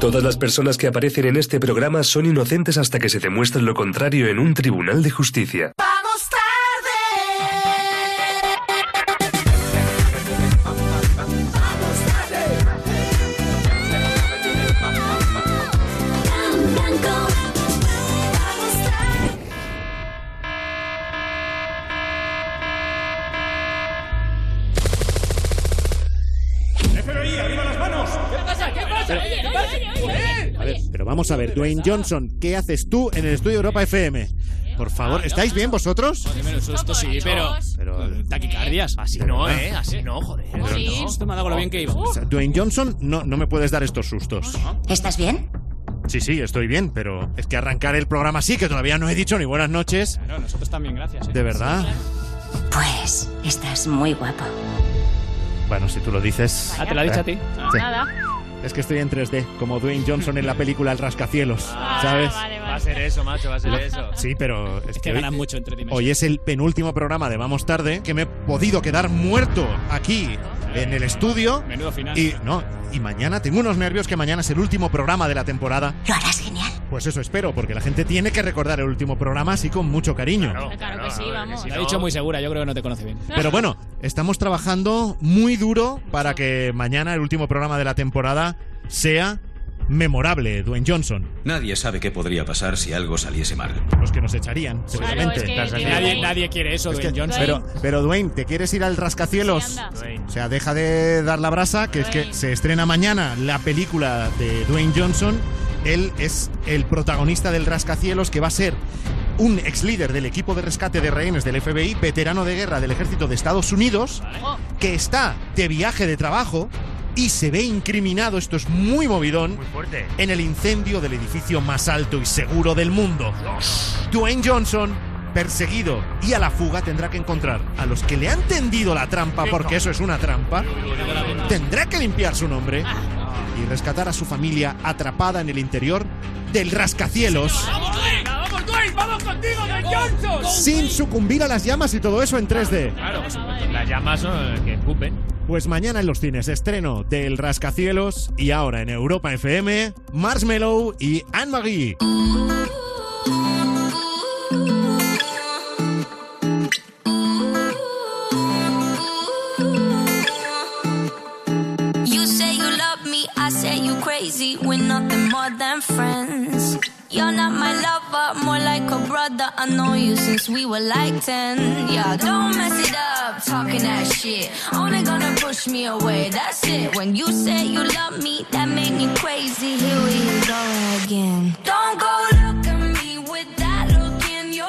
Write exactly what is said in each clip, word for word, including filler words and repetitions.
Todas las personas que aparecen en este programa son inocentes hasta que se demuestre lo contrario en un tribunal de justicia. ¡Vamos tarde! A ver, pero vamos a ver, Dwayne Johnson, ¿qué haces tú en el estudio Europa F M? Por favor, ¿estáis bien vosotros? Menos susto, sí, pero... Pero... Taquicardias. Así no, ¿eh? Así no, joder. Pero no. Esto me ha dado lo bien que iba. O sea, Dwayne Johnson, no, no me puedes dar estos sustos. ¿Estás bien? Sí, sí, estoy bien, pero es que arrancar el programa así, que todavía no he dicho ni buenas noches. Claro, nosotros también, gracias. ¿eh? ¿De verdad? Pues estás muy guapo. Bueno, si tú lo dices... Ah, ¿te lo ha dicho a ti? Sí. Nada. Es que estoy en tres D, como Dwayne Johnson en la película El Rascacielos, Ah, ¿sabes? Vale, vale. Va a ser eso, macho, va a ser eso. Sí, pero es Es que que hoy, ganan mucho entre dimensiones. hoy es el penúltimo programa de Vamos Tarde, que me he podido quedar muerto aquí en el estudio. Menudo final. Y no, y mañana tengo unos nervios que mañana es el último programa de la temporada. Lo harás genial. Pues eso espero, porque la gente tiene que recordar el último programa así con mucho cariño. Claro, claro que sí, vamos. Lo ha dicho muy segura, yo creo que no te conoce bien. Pero bueno, estamos trabajando muy duro para que mañana el último programa de la temporada sea memorable, Dwayne Johnson. Nadie sabe qué podría pasar si algo saliese mal. Los que nos echarían, seguramente. es que Nadie, tiene- nadie quiere eso, Es que- Dwayne Johnson. pero, pero Dwayne, ¿te quieres ir al rascacielos? Sí, anda. O sea, deja de dar la brasa, que es que Dwayne. se estrena mañana la película de Dwayne Johnson. Él es el protagonista del rascacielos, que va a ser un ex líder del equipo de rescate de rehenes del F B I, veterano de guerra del ejército de Estados Unidos, Oh, que está de viaje de trabajo y se ve incriminado, esto es muy movidón, en el incendio del edificio más alto y seguro del mundo. Dwayne Johnson, perseguido y a la fuga, tendrá que encontrar a los que le han tendido la trampa, porque eso es una trampa, tendrá que limpiar su nombre y rescatar a su familia atrapada en el interior del rascacielos, ¡Vamos, Dwayne! ¡Vamos, Dwayne! ¡Vamos contigo, Dwayne Johnson! sin sucumbir a las llamas y todo eso en tres D. Claro, por supuesto. Las llamas son que escupen. Pues mañana en los cines estreno del Rascacielos y ahora en Europa F M, Marshmello y Anne-Marie. You say you love me, I say you crazy. We're nothing more than friends. You're not my lover, more like a brother. I know you since we were like ten. Yeah, don't mess it up, talking that shit. Only gonna push me away, that's it. When you say you love me, that made me crazy. Here we go again. Don't go look at me with that look in your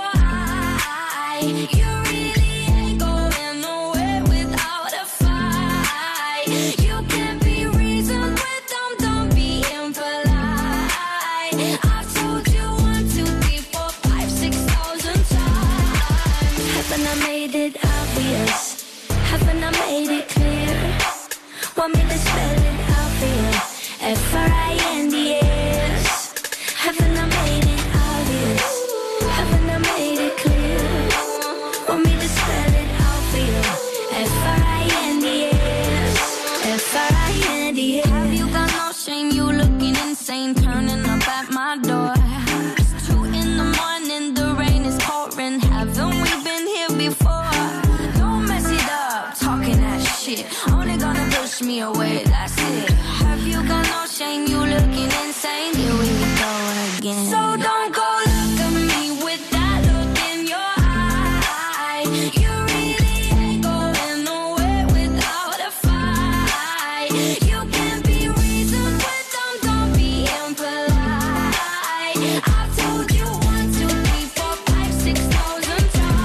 eye. You really ain't going nowhere without a fight. You can't be reasoned with them, don't be impolite. I've told you one, two, three, four, five, six thousand times. Haven't I made it obvious? Haven't I made it clear? Want me to spell it out for you? F R I N D S. Haven't I made it obvious? Haven't I made it clear? Want me to spell it out for you? F R I N D S. F R I N D S. Have you got no shame? You looking insane, turning up at my door. It's two in the morning, the rain is pouring. Haven't we been here before? Don't mess it up, talking that shit. Only gonna push me away, that's it. Have you got no shame? You looking insane. Here we go again. So don't go look at me with that look in your eye. You really ain't going nowhere without a fight. You can't be reasoned with them, don't be impolite. I've told you one, two, three, four, five, six thousand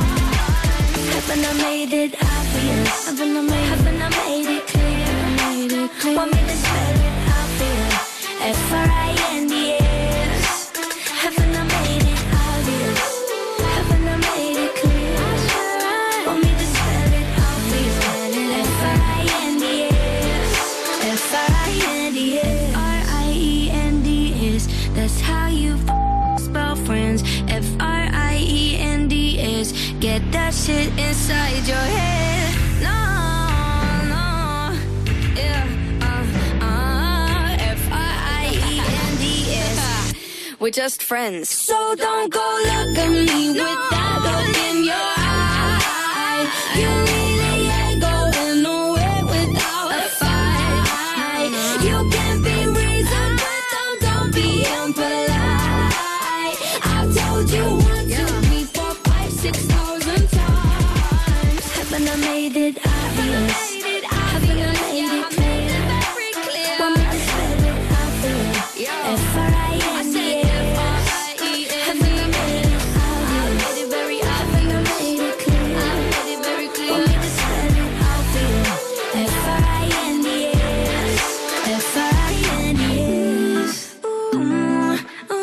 times. Haven't I made it obvious? Haven't I made, haven't I made it clear? Made it clear. Want me to spell it out for you? F R I N D S. Haven't I made it obvious? Haven't I made it clear? Want me to spell it out for you? F R I N D S. F R I N D S. R I E N D S. That's how you f- spell friends. F R I E N D S. Get that shit inside your head. No, no, yeah, uh, uh, F R I E N we're just friends. So don't go look at me with that look in your eye. You really ain't going nowhere without a fight. You can be reasoned, but don't, don't be impolite. I've told you one, two, three, four, five, six thousand times. Haven't I made it obvious? Haven't I made it clear? Want me to spell it out there? F R I N D S. Haven't I made it obvious? Haven't I made it clear? Want me to spell it out there? F R I N D S. F R I N D S. Ooh, ooh,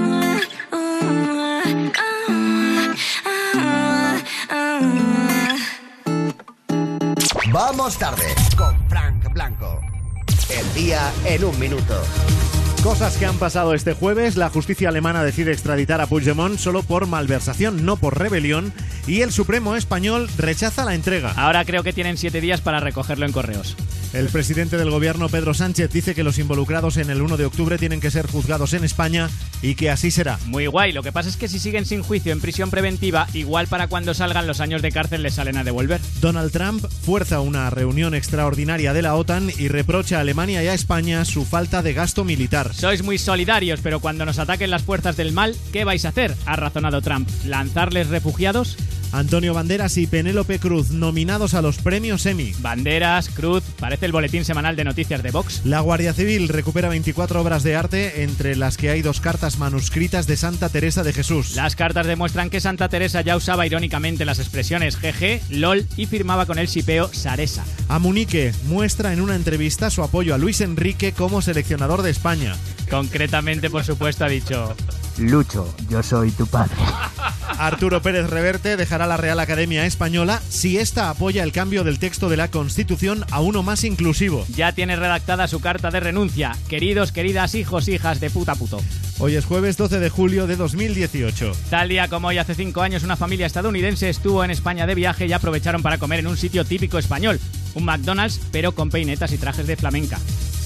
ooh, ooh, ooh. Vamos tarde con Frank Blanco. El día en un minuto. Cosas que han pasado este jueves. La justicia alemana decide extraditar a Puigdemont solo por malversación, no por rebelión, y el Supremo español rechaza la entrega. Ahora creo que tienen siete días para recogerlo en correos. El presidente del gobierno, Pedro Sánchez, dice que los involucrados en el uno de octubre tienen que ser juzgados en España y que así será. Muy guay, lo que pasa es que si siguen sin juicio en prisión preventiva, igual para cuando salgan los años de cárcel les salen a devolver. Donald Trump fuerza una reunión extraordinaria de la OTAN y reprocha a Alemania y a España su falta de gasto militar. Sois muy solidarios, pero cuando nos ataquen las fuerzas del mal, ¿qué vais a hacer?, ha razonado Trump. ¿Lanzarles refugiados? Antonio Banderas y Penélope Cruz nominados a los premios Emmy. Banderas, Cruz, parece el boletín semanal de noticias de Vox. La Guardia Civil recupera veinticuatro obras de arte, entre las que hay dos cartas manuscritas de Santa Teresa de Jesús. Las cartas demuestran que Santa Teresa ya usaba irónicamente las expresiones jeje, lol y firmaba con el sipeo Saresa. Amunique muestra en una entrevista su apoyo a Luis Enrique como seleccionador de España. Concretamente, por supuesto, ha dicho: Lucho, yo soy tu padre. Arturo Pérez Reverte dejará la Real Academia Española si ésta apoya el cambio del texto de la Constitución a uno más inclusivo. Ya tiene redactada su carta de renuncia. Queridos, queridas, hijos, hijas de puta puto. Hoy es jueves doce de julio de dos mil dieciocho. Tal día como hoy, hace cinco años, una familia estadounidense estuvo en España de viaje y aprovecharon para comer en un sitio típico español. Un McDonald's, pero con peinetas y trajes de flamenca.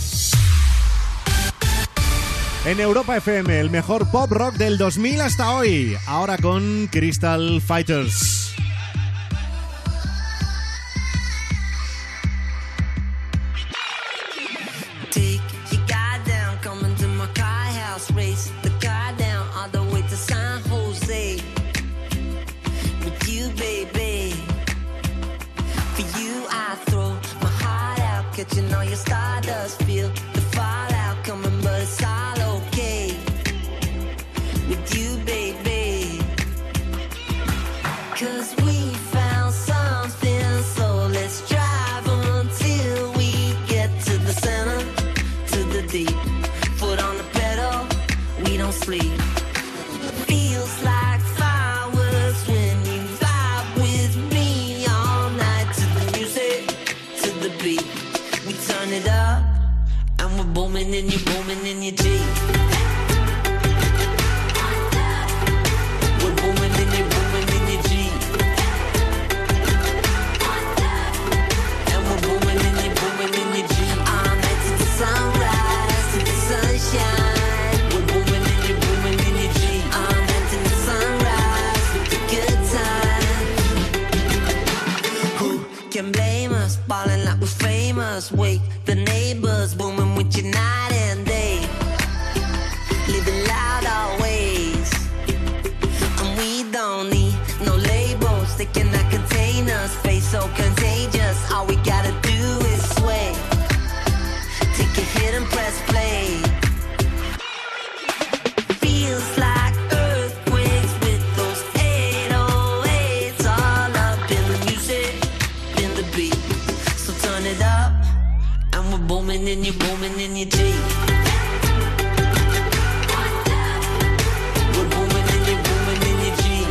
En Europa F M, el mejor pop rock del dos mil hasta hoy. Ahora con Crystal Fighters. Take your guy down, coming to my car house, race the car down all the way to San Jose. With you, baby. For you, I throw my heart out, catching all your stardust, feel the fallout coming, but it's all okay. With you, baby. Cause we found something, so let's drive until we get to the center, to the deep. Foot on the pedal, we don't sleep. Feels like fireworks when you vibe with me all night to the music, to the beat. We turn it up, and we're booming and you're booming in your Jeep. We're booming and you're booming in your Jeep. And we're booming and you're booming in your Jeep. All night to the sunrise, to the sunshine. We're booming and you're booming in your Jeep. All night to the sunrise, with the good time. Who can blame us? Ballin' like we're famous. Wake the neighbors, booming with you night and day. Living loud always. And we don't need no labels. They cannot contain us. Face so contagious. All we gotta do is sway. Take a hit and press play. Feels like earthquakes with those eight oh eights all up in the music, in the beat. So turn it up, and we're booming and you're booming in your Jeep. We're booming and you're booming in your Jeep.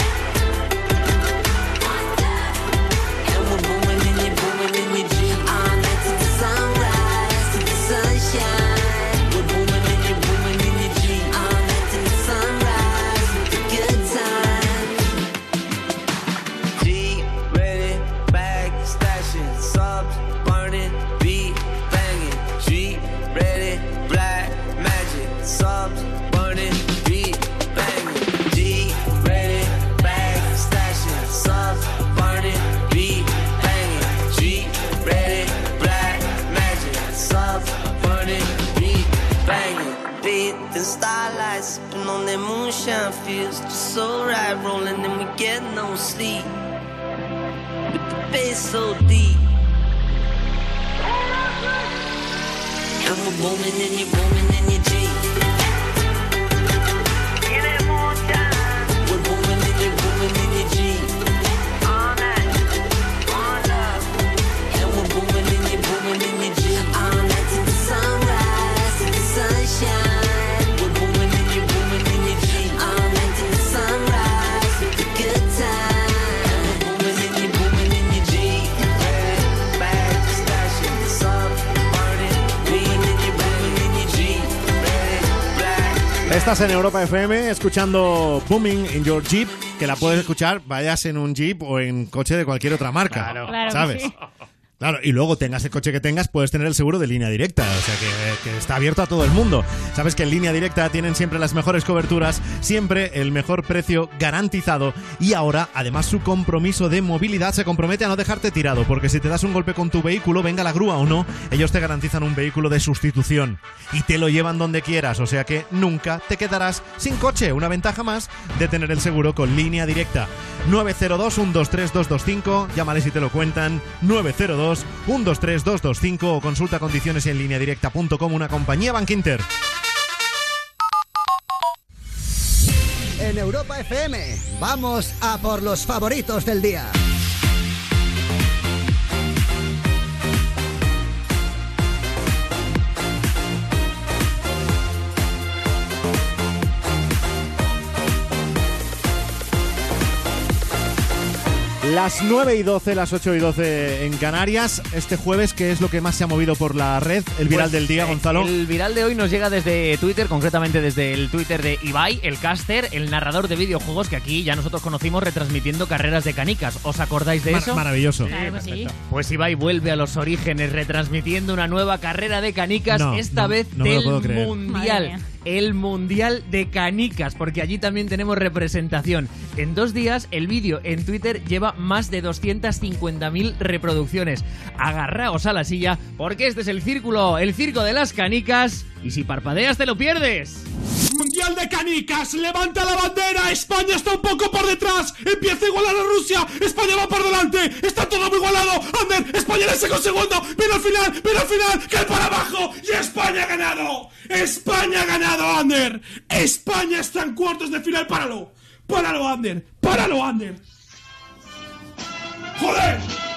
And we're booming and you're booming in your Jeep. All night to the sunrise, to the sunshine. We're booming and you're booming in your Jeep. All night to the sunrise, with a good time. Jeep ready, bag stashing, subs burning, beat banging. Jeep ready. that moonshine feels just so right, rolling and we get no sleep. With the bass so deep. And we're booming and you're booming in your Jeep. We're booming and you're booming in your Jeep. All night, all love. And we're booming and you're booming in your Jeep. All night to the sunrise, to the sunshine. We're booming and you're booming in your Jeep. All night to the sunrise, with the good time. We're booming and you're booming in your Jeep. Red, bag, station, sun, burning. Booming and you're booming in your Jeep. Red, black. Estás en Europa F M escuchando Booming in Your Jeep, que la puedes escuchar vayas en un Jeep o en coche de cualquier otra marca. Claro. Claro que ¿Sabes? sí. Claro, y luego tengas el coche que tengas, puedes tener el seguro de Línea Directa, o sea que, que está abierto a todo el mundo. Sabes que en Línea Directa tienen siempre las mejores coberturas, siempre el mejor precio garantizado, y ahora, además, su compromiso de movilidad se compromete a no dejarte tirado, porque si te das un golpe con tu vehículo, venga la grúa o no, ellos te garantizan un vehículo de sustitución y te lo llevan donde quieras, o sea que nunca te quedarás sin coche. Una ventaja más de tener el seguro con Línea Directa. nueve cero dos, uno dos tres, dos dos cinco, llámales y te lo cuentan. nueve cero dos, uno dos tres, dos dos cinco o consulta condiciones en línea directa punto com, una compañía Bankinter. En Europa F M, vamos a por los favoritos del día. Las nueve y doce, las ocho y doce en Canarias. Este jueves, ¿qué es lo que más se ha movido por la red? El viral Pues, del día, eh, Gonzalo. El viral de hoy nos llega desde Twitter, concretamente desde el Twitter de Ibai, el caster, el narrador de videojuegos que aquí ya nosotros conocimos retransmitiendo carreras de canicas. ¿Os acordáis de Mar- eso? maravilloso. Claro que sí. Pues Ibai vuelve a los orígenes retransmitiendo una nueva carrera de canicas, No, esta no, vez no me lo del puedo creer. Madre Mundial. mía. El Mundial de Canicas, porque allí también tenemos representación. En dos días, el vídeo en Twitter lleva más de doscientas cincuenta mil reproducciones. Agarraos a la silla, porque este es el círculo, el circo de las canicas, y si parpadeas te lo pierdes. Mundial de Canicas, levanta la bandera, España está un poco por detrás, empieza a igualar a Rusia, España va por delante, está todo muy igualado, Ander, España en el segundo segundo, pero al final, pero al final, cae para abajo, y España ha ganado, España ha ganado, Ander, España está en cuartos de final, páralo, páralo, Ander, páralo, Ander, joder,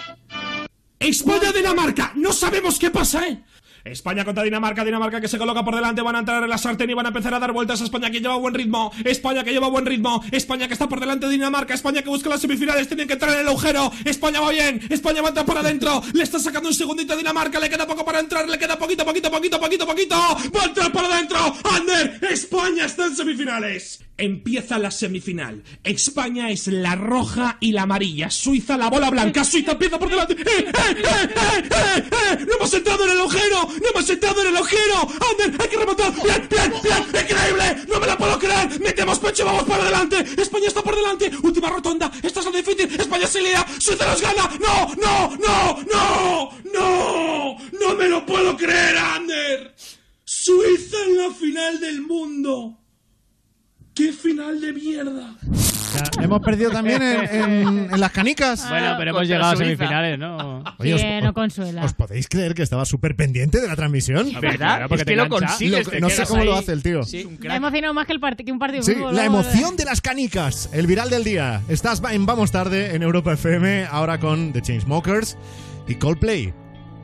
España-Dinamarca, no sabemos qué pasa, eh. España contra Dinamarca, Dinamarca que se coloca por delante, van a entrar en la sartén y van a empezar a dar vueltas a España que lleva buen ritmo, España que lleva buen ritmo, España que está por delante de Dinamarca, España que busca las semifinales, tienen que entrar en el agujero, España va bien, España va a entrar por adentro, le está sacando un segundito a Dinamarca, le queda poco para entrar, le queda poquito, poquito, poquito, poquito, poquito, va a entrar por adentro, Ander, España está en semifinales. Empieza la semifinal. España es la roja y la amarilla. Suiza la bola blanca. Suiza empieza por delante. ¡Eh, eh, eh, eh, eh, eh! ¡No hemos entrado en el agujero! ¡No hemos entrado en el agujero! ¡Ander, hay que remontar! ¡Bien, bien, bien! ¡Increíble! ¡No me la puedo creer! ¡Metemos pecho, vamos para adelante! ¡España está por delante! ¡Última rotonda! ¡Esta es la difícil! ¡España se lía! ¡Suiza nos gana! ¡No, no, no, no! ¡No! ¡No me lo puedo creer, Ander! ¡Suiza en la final del mundo! ¡Qué final de mierda! Ya, hemos perdido también en, en- en las canicas. Bueno, pero hemos Contra llegado a Suiza. semifinales, ¿no? Oye, os- Que no consuela. ¿Os podéis creer que estaba súper pendiente de la transmisión? ¿Verdad? Claro, porque es te que lo engancha. consigues. Lo- te no sé quedas cómo lo ahí. hace el tío. Sí, un Me ha crack. emocionado más que, el part- que un partido de Sí, fútbol. la vamos. emoción de las canicas. El viral del día. Estás en Vamos Tarde en Europa F M, ahora con The Chainsmokers y Coldplay.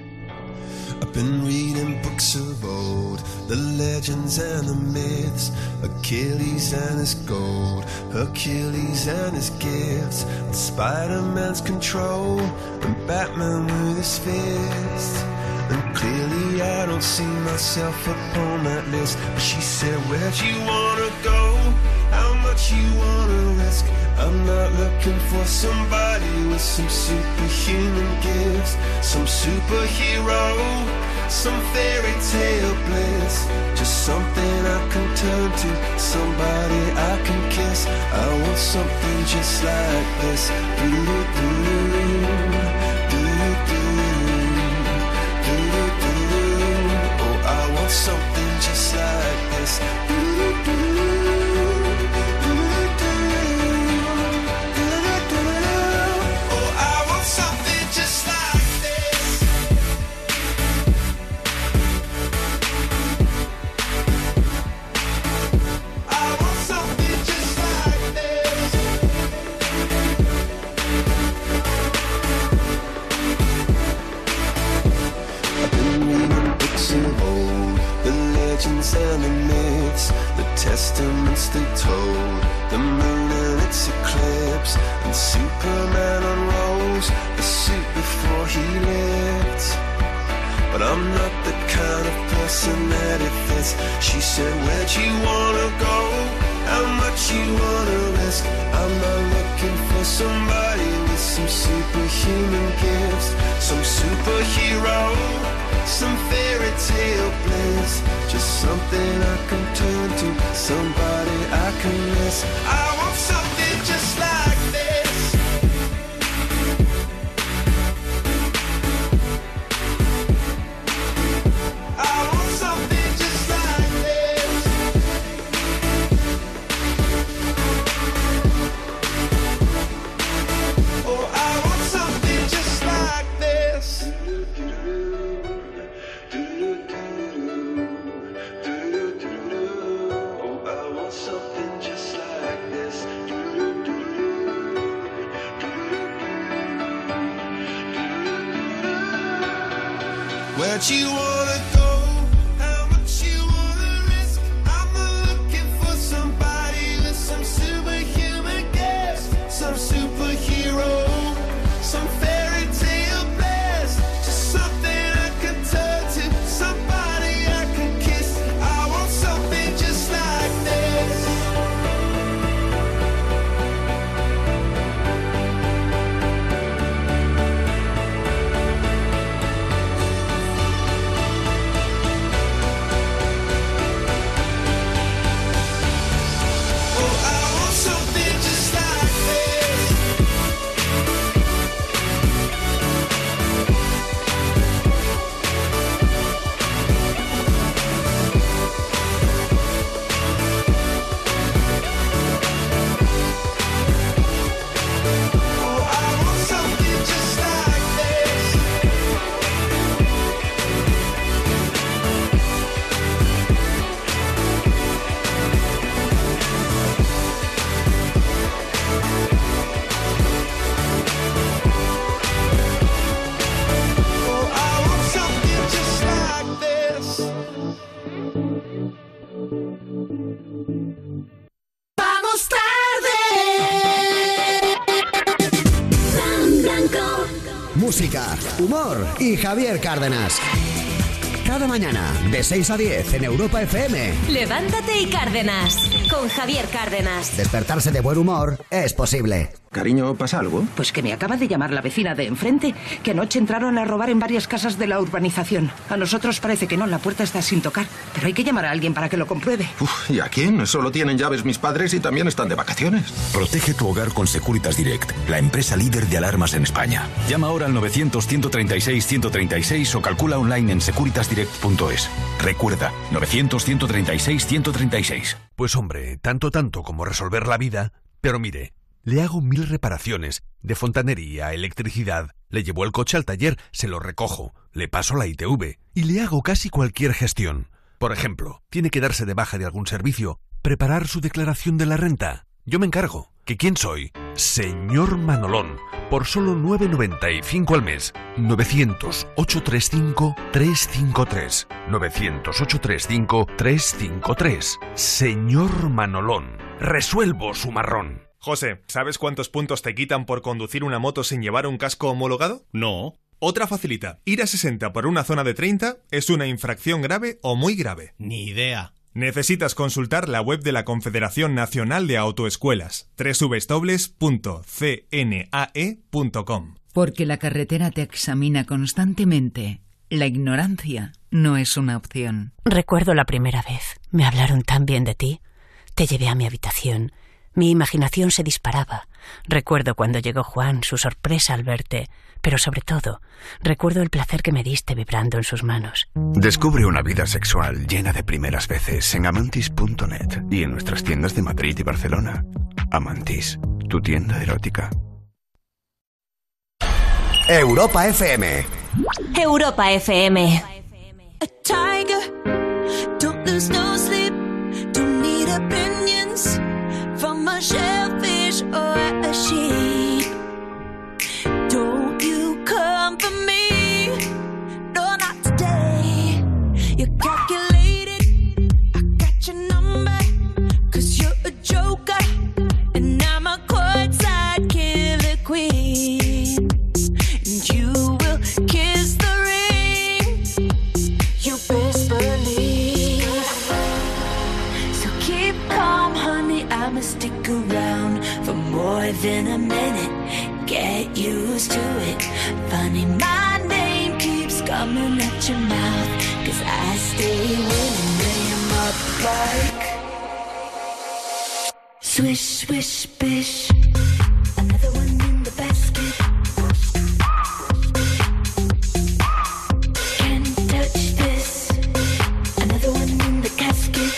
I've been reading books of old, the legends and the myths, Achilles and his gold, Hercules and his gifts, and Spider-Man's control, and Batman with his fists. And clearly I don't see myself upon that list. But she said, where'd you wanna go? How much you wanna risk? I'm not looking for somebody with some superhuman gifts, some superhero, some fairy tale bliss. Just something I can turn to, somebody I can kiss. I want something just like this. Do do do do do do do. Oh, I want something just like this. Do do do. Superman unrolls the suit before he lived. But I'm not the kind of person that it fits. She said, where'd you wanna go? How much you wanna risk? I'm not looking for somebody with some superhuman gifts, some superhero, some fairy tale bliss. Just something I can turn to, somebody I can miss. I want something just like this. I want something just like this. Oh, I want something just like this. Oh, I want something just like this. Where'd you wanna go? How much you wanna risk? I'm not looking for somebody with some superhuman gifts, some superhero, some fairy tale bliss. Just something I can turn to, somebody I can kiss. I want something just like this. Vamos tarde. Plan blanco. Música, humor y Javier Cárdenas. Cada mañana, de seis a diez en Europa F M. Levántate y Cárdenas, con Javier Cárdenas. Despertarse de buen humor es posible. Cariño, ¿pasa algo? Pues que me acaba de llamar la vecina de enfrente, que anoche entraron a robar en varias casas de la urbanización. A nosotros parece que no, la puerta está sin tocar, pero hay que llamar a alguien para que lo compruebe. Uf, ¿y a quién? Solo tienen llaves mis padres y también están de vacaciones. Protege tu hogar con Securitas Direct, la empresa líder de alarmas en España. Llama ahora al novecientos, ciento treinta y seis, ciento treinta y seis o calcula online en securitas direct punto es. Recuerda, novecientos, ciento treinta y seis, ciento treinta y seis. Pues hombre, tanto tanto como resolver la vida, pero mire, le hago mil reparaciones, de fontanería, electricidad, le llevo el coche al taller, se lo recojo, le paso la I T V y le hago casi cualquier gestión. Por ejemplo, tiene que darse de baja de algún servicio, preparar su declaración de la renta. Yo me encargo. ¿Que quién soy? Señor Manolón. Por solo nueve noventa y cinco al mes. novecientos, ochocientos treinta y cinco, trescientos cincuenta y tres. novecientos, ochocientos treinta y cinco, trescientos cincuenta y tres. Señor Manolón. Resuelvo su marrón. José, ¿sabes cuántos puntos te quitan por conducir una moto sin llevar un casco homologado? No. Otra facilita. Ir a sesenta por una zona de treinta es una infracción grave o muy grave. Ni idea. Necesitas consultar la web de la Confederación Nacional de Autoescuelas, doble u doble u doble u punto c n a e punto com. Porque la carretera te examina constantemente. La ignorancia no es una opción. Recuerdo la primera vez. Me hablaron tan bien de ti. Te llevé a mi habitación. Mi imaginación se disparaba. Recuerdo cuando llegó Juan, su sorpresa al verte. Pero sobre todo, recuerdo el placer que me diste vibrando en sus manos. Descubre una vida sexual llena de primeras veces en amantis punto net y en nuestras tiendas de Madrid y Barcelona. Amantis, tu tienda erótica. Europa F M. Europa F M. A tiger, don't lose no sleep, don't need opinions from a shellfish or a sheep. Don't you come for me, no, not today. You're calculated, I got your number, cause you're a joker, and I'm a courtside killer. used to it. Funny, my name keeps coming at your mouth, 'cause I stay winning, lay 'em up like swish, swish, bish. Another one in the basket. Can't touch this. Another one in the casket.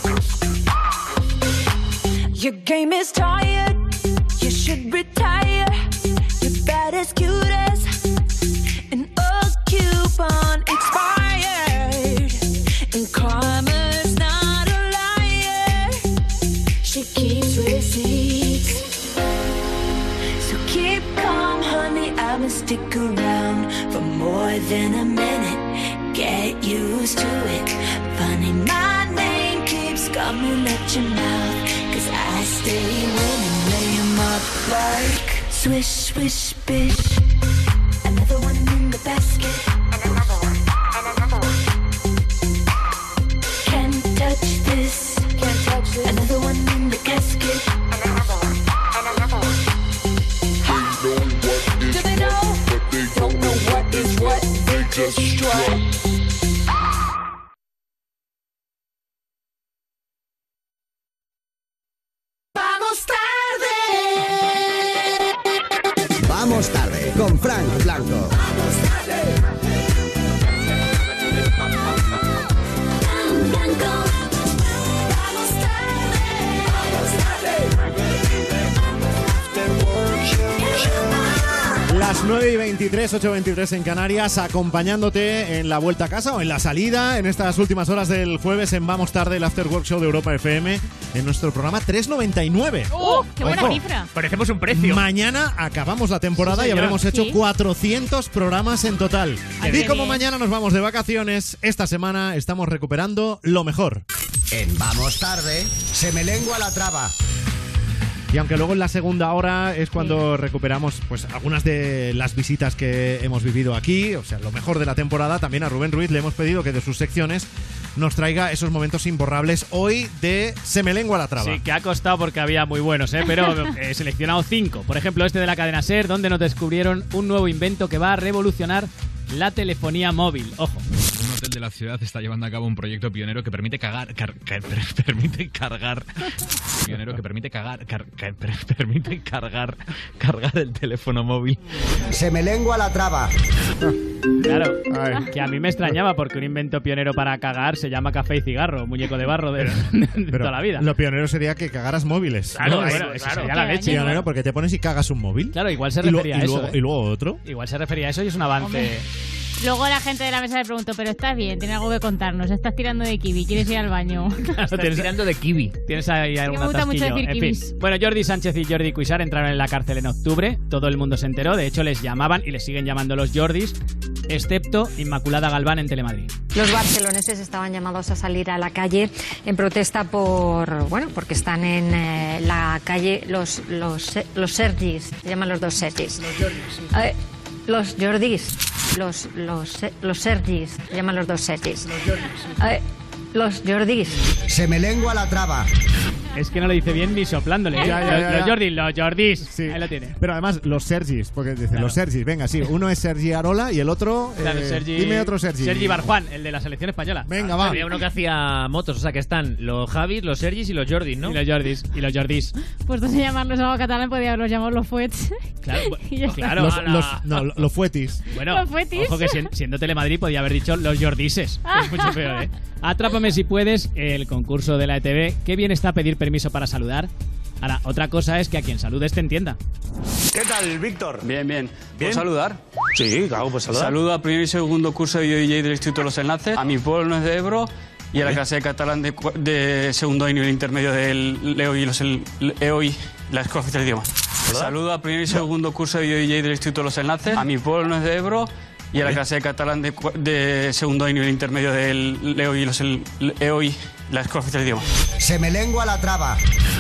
Your game is tired. You should retire. You're bad as cute as an old coupon expired. And karma's not a liar. She keeps receipts. So keep calm, honey. I'ma stick around for more than a minute. Get used to it. Funny, my name keeps coming at your mouth, 'cause I stay winning, lay 'em up like swish, swish, bish. Another one in the basket. And another one, and another one. Can't touch this. Can't touch this. Another one in the casket. And another one, and another one. Do they know? But they don't know what is what. They just strut. Vamos tarde con Frank Blanco. Las nueve y veintitrés, ocho y veintitrés en Canarias, acompañándote en la vuelta a casa o en la salida en estas últimas horas del jueves en Vamos Tarde, el After Work Show de Europa F M, en nuestro programa tres noventa y nueve. ¡Oh, qué buena Ojo, cifra! Parecemos un precio. Mañana acabamos la temporada Sí, y señor. habremos hecho Sí. cuatrocientos programas en total. Ay, Y qué como bien. mañana nos vamos de vacaciones, esta semana estamos recuperando lo mejor. En Vamos Tarde, se me lengua la traba. Y aunque luego en la segunda hora es cuando recuperamos pues algunas de las visitas que hemos vivido aquí, o sea, lo mejor de la temporada, también a Rubén Ruiz le hemos pedido que de sus secciones nos traiga esos momentos imborrables hoy de Se me lengua la traba. Sí, que ha costado porque había muy buenos, ¿eh? Pero he seleccionado cinco. Por ejemplo, este de la cadena SER, donde nos descubrieron un nuevo invento que va a revolucionar la telefonía móvil. Ojo. Un hotel de la ciudad está llevando a cabo un proyecto pionero que permite cagar, car, car, per- permite cargar, pionero que permite cagar, car, car, per- permite cargar, cargar el teléfono móvil. Se me lengua la traba. Claro, que a mí me extrañaba porque un invento pionero para cagar se llama café y cigarro, muñeco de barro de, de Pero toda la vida. lo pionero sería que cagaras móviles. Claro, ¿no? bueno, Es- eso sería la leche. Pionero porque te pones y cagas un móvil. Claro, igual se Y lo- refería y a eso. luego- ¿eh? y luego otro. Igual se refería a eso y es un avance. Hombre. Luego la gente de la mesa le preguntó, pero estás bien, tienes algo que contarnos, estás tirando de kiwi, ¿quieres ir al baño? Estás tirando de kiwi. Tienes ahí algún me gusta mucho atasquillo. decir En kiwis. fin. Bueno, Jordi Sánchez y Jordi Cuixart entraron en la cárcel en octubre. Todo el mundo se enteró. De hecho, les llamaban y les siguen llamando los Jordis, excepto Inmaculada Galván en Telemadrid. Los barceloneses estaban llamados a salir a la calle en protesta por, bueno, porque están en eh, la calle los los los Sergis, se llaman los dos Sergis. Los Jordis. Los Jordis. Los los los Sergis, se llaman los dos Sergis. Los Jordis. Los Jordis. Se me lengua la traba. Es que no lo dice bien ni soplándole. ¿eh? Ya, ya, los, ya, los ya. Jordis, los Jordis. Sí. Ahí lo tiene. Pero además, los Sergis, porque dicen Claro. los Sergis, venga, sí. Uno es Sergi Arola y el otro. Claro, eh, Sergi, dime otro Sergi. Sergi Barjuan, el de la selección española. Venga, va. Había uno que hacía motos, o sea que están los Javis, los Sergis y los Jordis, ¿no? Y los Jordis. Y los Jordis. Pues no sé llamarlos algo catalán, podría haberlos llamado los fuets. Claro, Y ya está. claro. Los, ala. los, no, los fuetis. Bueno, Los fuetis. ojo que si- siendo Telemadrid podía haber dicho los Jordises. Es mucho peor, ¿eh? Atrápame si puedes, el concurso de la E T V. Qué bien está pedir permiso para saludar. Ahora, otra cosa es que a quien saludes te entienda. ¿Qué tal, Víctor? Bien, bien. ¿Bien? ¿Puedo saludar? Sí, claro, pues saludar. Saludo al primer y segundo curso de D J del Instituto de los Enlaces, a mi pueblo de Ebro y a la clase de catalán de, cua- de segundo año y nivel intermedio del E O I y los el- E O I, la Escuela Oficial de Idiomas. Saludo al primer y segundo curso de D J del Instituto de los Enlaces, a mi pueblo de Ebro y a la clase de catalán de, cua- de segundo año y nivel intermedio del E O I y los el- E O I, la Escuela Oficial de Idiomas. Se me lengua la traba.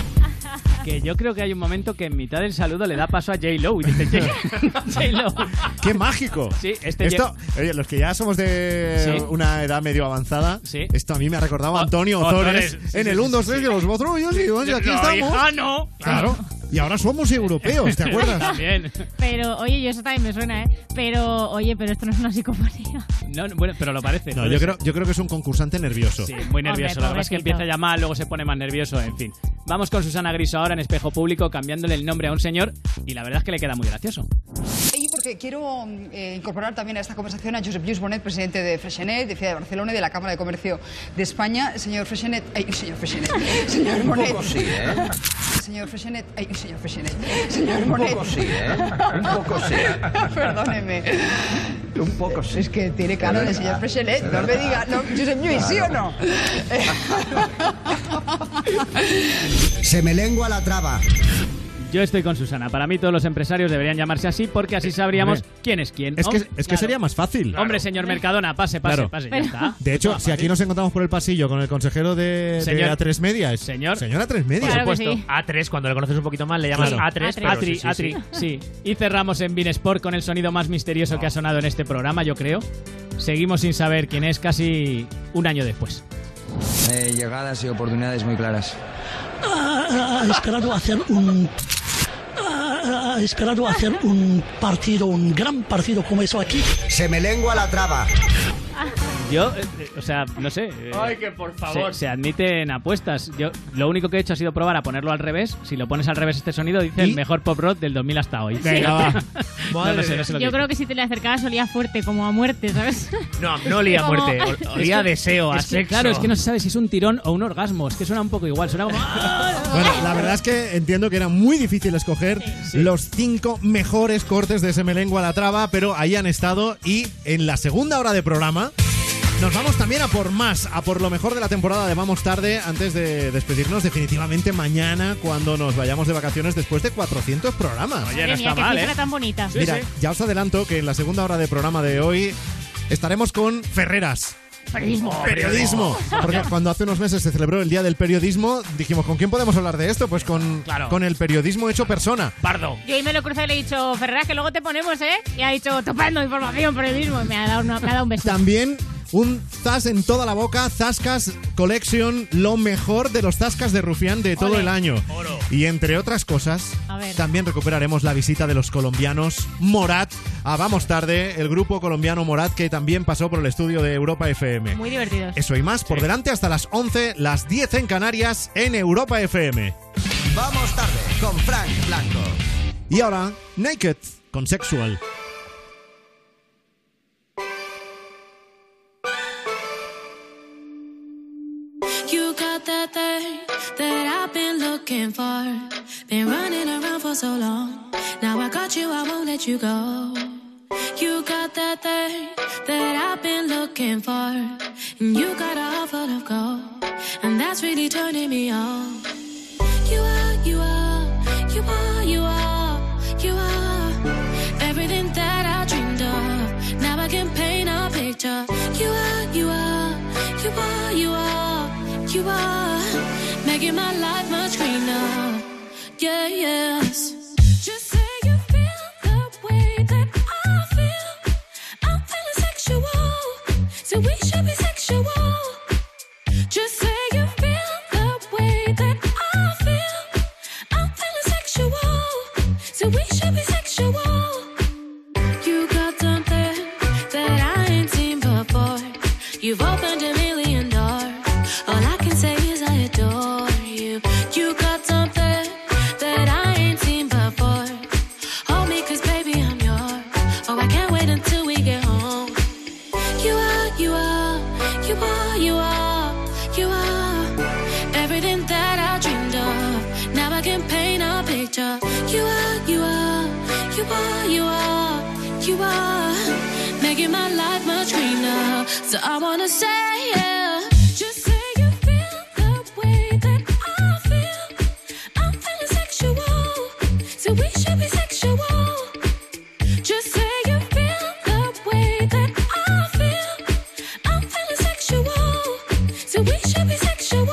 Que yo creo que hay un momento que en mitad del saludo le da paso a J-Lo y dice J-Lo. ¡Qué mágico! Sí, este esto, oye, los que ya somos de Sí. una edad medio avanzada, Sí. esto a mí me ha recordado a O- Antonio Ozores. Ozores Sí, en sí, el sí, uno, dos, sí, tres sí. de los Botrullos y oye, aquí No, estamos. hija, no. Claro, Y ahora somos europeos, ¿te acuerdas? También. Pero, oye, yo eso también me suena, ¿eh? Pero, oye, pero esto no es una psicofonía. No, bueno, pero lo parece. No, yo creo, yo creo que es un concursante nervioso. Sí, muy nervioso. Hombre, la verdad es que pobrecito. empieza ya mal, luego se pone más nervioso, en fin. Vamos con Susana Griso ahora en Espejo Público, cambiándole el nombre a un señor, y la verdad es que le queda muy gracioso. Y porque quiero eh, incorporar también a esta conversación a Josep Lluís Bonet, presidente de Freixenet, de Ciudad de Barcelona y de la Cámara de Comercio de España. Señor Freixenet, ay, señor Freixenet, señor Bonet. Un poco sí, ¿eh? Señor Freixenet, ay, señor Freixenet, señor Bonet. Un poco sí, ¿eh? Un poco sí. Perdóneme. Un poco sí. Es que tiene cara de señor Freixenet, no me diga, no, Josep Lluís, ¿sí o no? Se me lengua la traba. Yo estoy con Susana. Para mí todos los empresarios deberían llamarse así porque así sabríamos Hombre. quién es quién. Es que, Hombre, es que claro. sería más fácil. Hombre, señor Mercadona, pase, pase, Claro. pase, ya está. De hecho, Más si aquí fácil. nos encontramos por el pasillo con el consejero de, Señor. de A tres Media, es Señor. señor A tres Media. Claro Por que supuesto. sí. A tres, cuando le conoces un poquito más, le llamas Claro. A tres. A tres. pero Atri, sí, sí, Atri, sí. sí. Y cerramos en Binesport con el sonido más misterioso que ha sonado en este programa, yo creo. Seguimos sin saber quién es casi un año después. Eh, llegadas y oportunidades muy claras. Ha esperado hacer un ha esperado hacer un partido, un gran partido como eso aquí. Se me lengua la traba. Yo, eh, eh, o sea, no sé. eh, Ay, que por favor. Se, se admiten apuestas. Yo lo único que he hecho ha sido probar a ponerlo al revés. Si lo pones al revés este sonido, dice ¿Y? el mejor pop rock del dos mil hasta hoy. Venga, va. No lo sé, no sé lo que Yo dice. creo que si te le acercabas olía fuerte, como a muerte, ¿sabes? No, no olía a Como- muerte. ol- Olía a deseo, a Es que, sexo. claro, es que no se sabe si es un tirón o un orgasmo. Es que suena un poco igual. Suena como... Bueno, la verdad es que entiendo que era muy difícil escoger los cinco mejores cortes de Se me lengua la traba, pero ahí han estado y en la segunda hora de programa nos vamos también a por más, a por lo mejor de la temporada de Vamos Tarde antes de despedirnos definitivamente mañana cuando nos vayamos de vacaciones después de cuatrocientos programas. Oye, Madre no mía, está qué mal, cifra ¿eh? tan bonita. Mira, ya os adelanto que en la segunda hora de programa de hoy estaremos con Ferreras. Periodismo. Periodismo. Porque cuando hace unos meses se celebró el Día del Periodismo, dijimos, ¿con quién podemos hablar de esto? Pues con, Claro. con el periodismo hecho persona. Pardo. Yo ahí me lo crucé y le he dicho, Ferreras, que luego te ponemos, ¿eh? Y ha dicho, topando información, periodismo. Y me ha dado, una- me ha dado un beso. También un zas en toda la boca, Zascas Collection, lo mejor de los Zascas de Rufián de todo Ole. el año. Y entre otras cosas, A ver. también recuperaremos la visita de los colombianos Morat a Vamos Tarde, el grupo colombiano Morat que también pasó por el estudio de Europa F M. Muy divertidos. Eso y más por delante hasta las once, las diez en Canarias en Europa F M. Vamos tarde con Frank Blanco. Y ahora, Naked con Sexual. You got that thing that I've been looking for. Been running around for so long. Now I got you, I won't let you go. You got that thing that I've been looking for. And you got a heart full of gold. And that's really turning me on. You are, you are, you are, you are, you are everything that I dreamed of. Now I can paint a picture. You are, you are, you are, you are, you are making my life much greener. Yeah, yes. Just say you feel the way that I feel. I'm feeling sexual, so we should be sexual. Just say you feel the way that I feel. I'm feeling sexual, so we should be sexual. You got something that I ain't seen before. You've opened a million doors. All I can say is I adore you. You got something that I ain't seen before. Hold me, 'cause baby, I'm yours. Oh, I can't wait until we get home. You are, you are, you are, you are, you are everything that I dreamed of. Now I can paint a picture. You are, you are, you are, you are, you are making my life much greener. So I wanna say, yeah. Just say you feel the way that I feel. I'm feeling sexual, so we should be sexual. Just say you feel the way that I feel. I'm feeling sexual, so we should be sexual.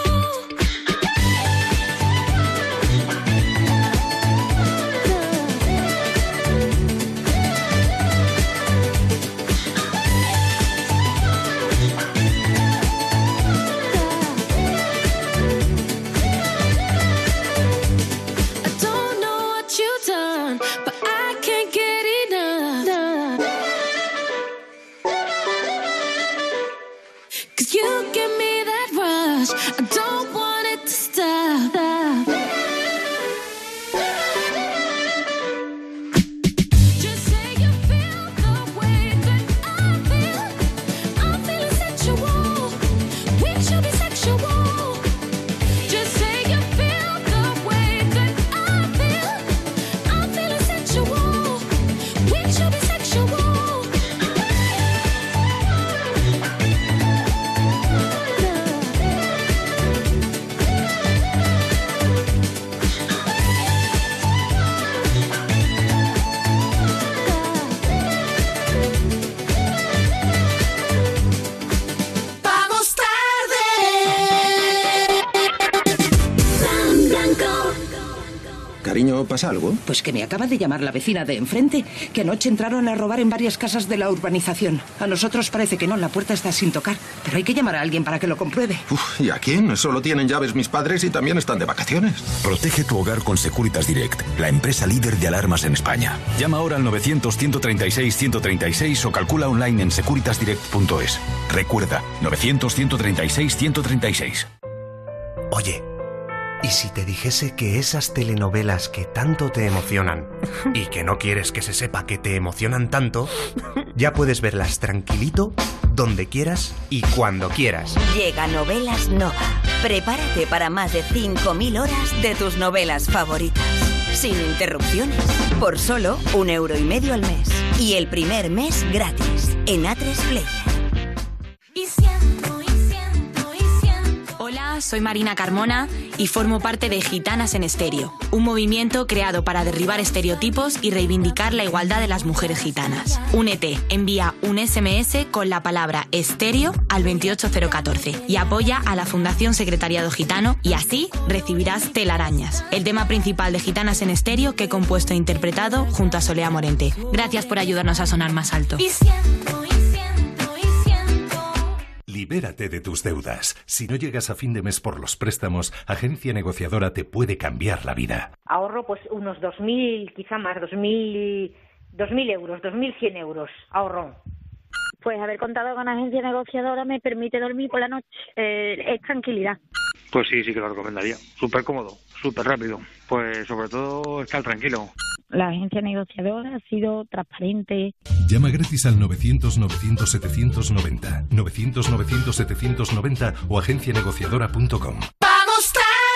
¿Pero pasa algo? Pues que me acaba de llamar la vecina de enfrente, que anoche entraron a robar en varias casas de la urbanización. A nosotros parece que no, la puerta está sin tocar, pero hay que llamar a alguien para que lo compruebe. Uf, ¿y a quién? Solo tienen llaves mis padres y también están de vacaciones. Protege tu hogar con Securitas Direct, la empresa líder de alarmas en España. Llama ahora al novecientos, ciento treinta y seis, ciento treinta y seis o calcula online en securitas direct punto es. Recuerda, novecientos, ciento treinta y seis, ciento treinta y seis. Oye, ¿y si te dijese que esas telenovelas que tanto te emocionan y que no quieres que se sepa que te emocionan tanto, ya puedes verlas tranquilito, donde quieras y cuando quieras? Llega Novelas Nova. Prepárate para más de cinco mil horas de tus novelas favoritas. Sin interrupciones. Por solo un euro y medio al mes. Y el primer mes gratis. En A tres Player. Y siento, y siento, y siento. Hola, soy Marina Carmona y formo parte de Gitanas en Estéreo, un movimiento creado para derribar estereotipos y reivindicar la igualdad de las mujeres gitanas. Únete, envía un ese eme ese con la palabra estéreo al veintiocho cero catorce y apoya a la Fundación Secretariado Gitano y así recibirás Telarañas, el tema principal de Gitanas en Estéreo que he compuesto e interpretado junto a Solea Morente. Gracias por ayudarnos a sonar más alto. Y siento, y siento, y siento. Libérate de tus deudas. Si no llegas a fin de mes por los préstamos, Agencia Negociadora te puede cambiar la vida. Ahorro pues unos dos mil, quizá más, dos mil, dos mil euros, dos mil cien euros ahorro. Pues haber contado con Agencia Negociadora me permite dormir por la noche. Eh, es tranquilidad. Pues sí, sí que lo recomendaría. Súper cómodo, súper rápido. Pues sobre todo estar tranquilo. La agencia negociadora ha sido transparente. Llama gratis al novecientos, novecientos, setecientos noventa, novecientos, novecientos, setecientos noventa o agencia negociadora punto com. ¡Vamos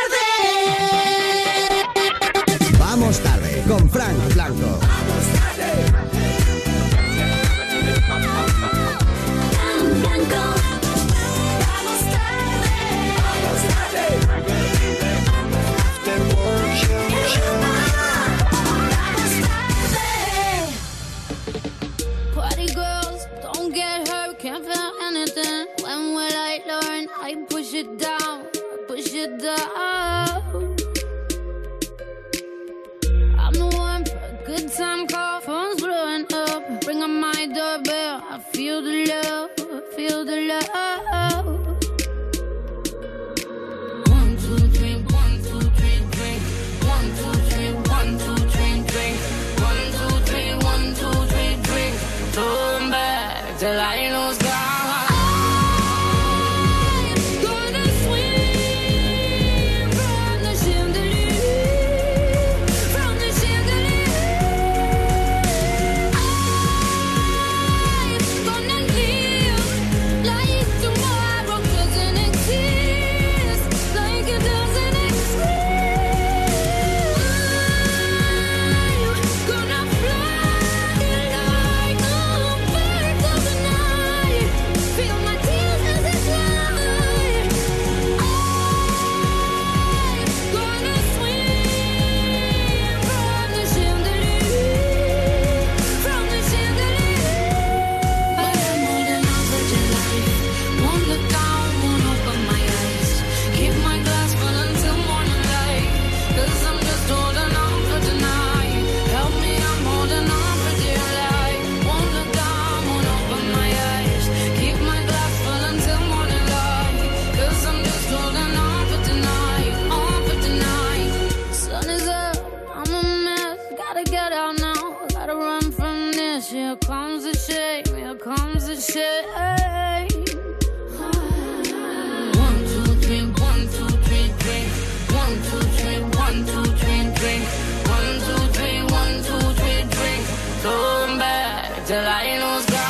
tarde! Vamos tarde con Frank Blanco. ¡Vamos tarde! Party girls, don't get hurt, can't feel anything. When will I learn? I push it down, push it down. I'm the one for a good time call, phone's blowing up. Bring on my doorbell, I feel the love, feel the love. One, two, three, one, two, three, drink. One, two, three, one, two, three, drink. One, two, three, one, two, three, drink. Turn back till I lose God. Here comes the shame, here comes the shame. One, two, three, one, two, three, drink. One, two, three, one, two, three, drink. One, two, three, one, two, three, drink. Turn back till I lose God.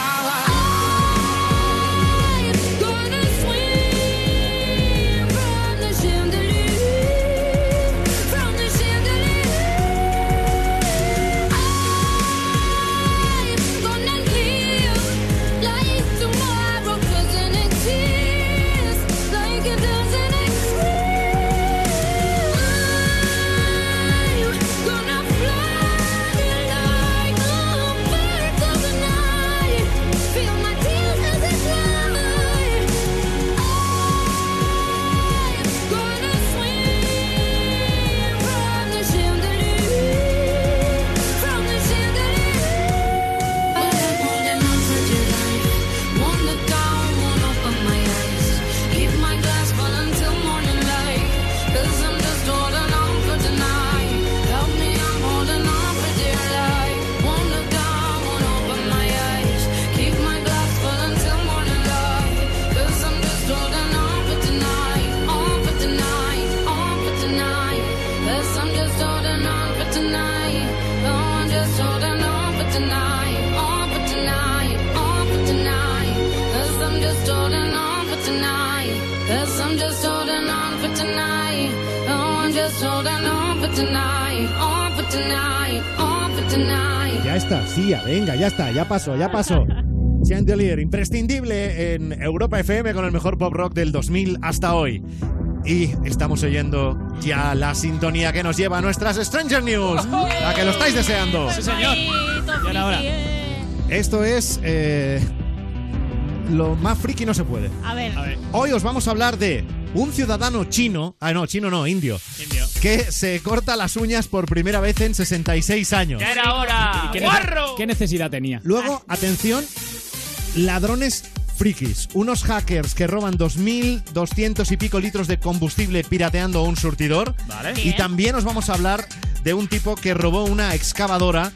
I'm just holding on for tonight. Oh, I'm just holding on for tonight. On for tonight. On for tonight. Ya está, sí, ya, venga, ya está, ya pasó, ya pasó. Chandelier, imprescindible en Europa F M con el mejor pop rock del dos mil hasta hoy. Y estamos oyendo ya la sintonía que nos lleva a nuestras Stranger News. ¿A que lo estáis deseando? Sí, señor. Y ahora. Esto es... Eh, lo más friki no se puede. A ver. A ver. Hoy os vamos a hablar de un ciudadano chino... Ah, no, chino no, indio. Indio. Que se corta las uñas por primera vez en sesenta y seis años. ¡Ya era hora! ¿Qué, ¡Guarro! ¿Qué necesidad tenía? Luego, atención, ladrones frikis. Unos hackers que roban dos mil doscientos y pico litros de combustible pirateando un surtidor. Vale. Y Bien. también os vamos a hablar de un tipo que robó una excavadora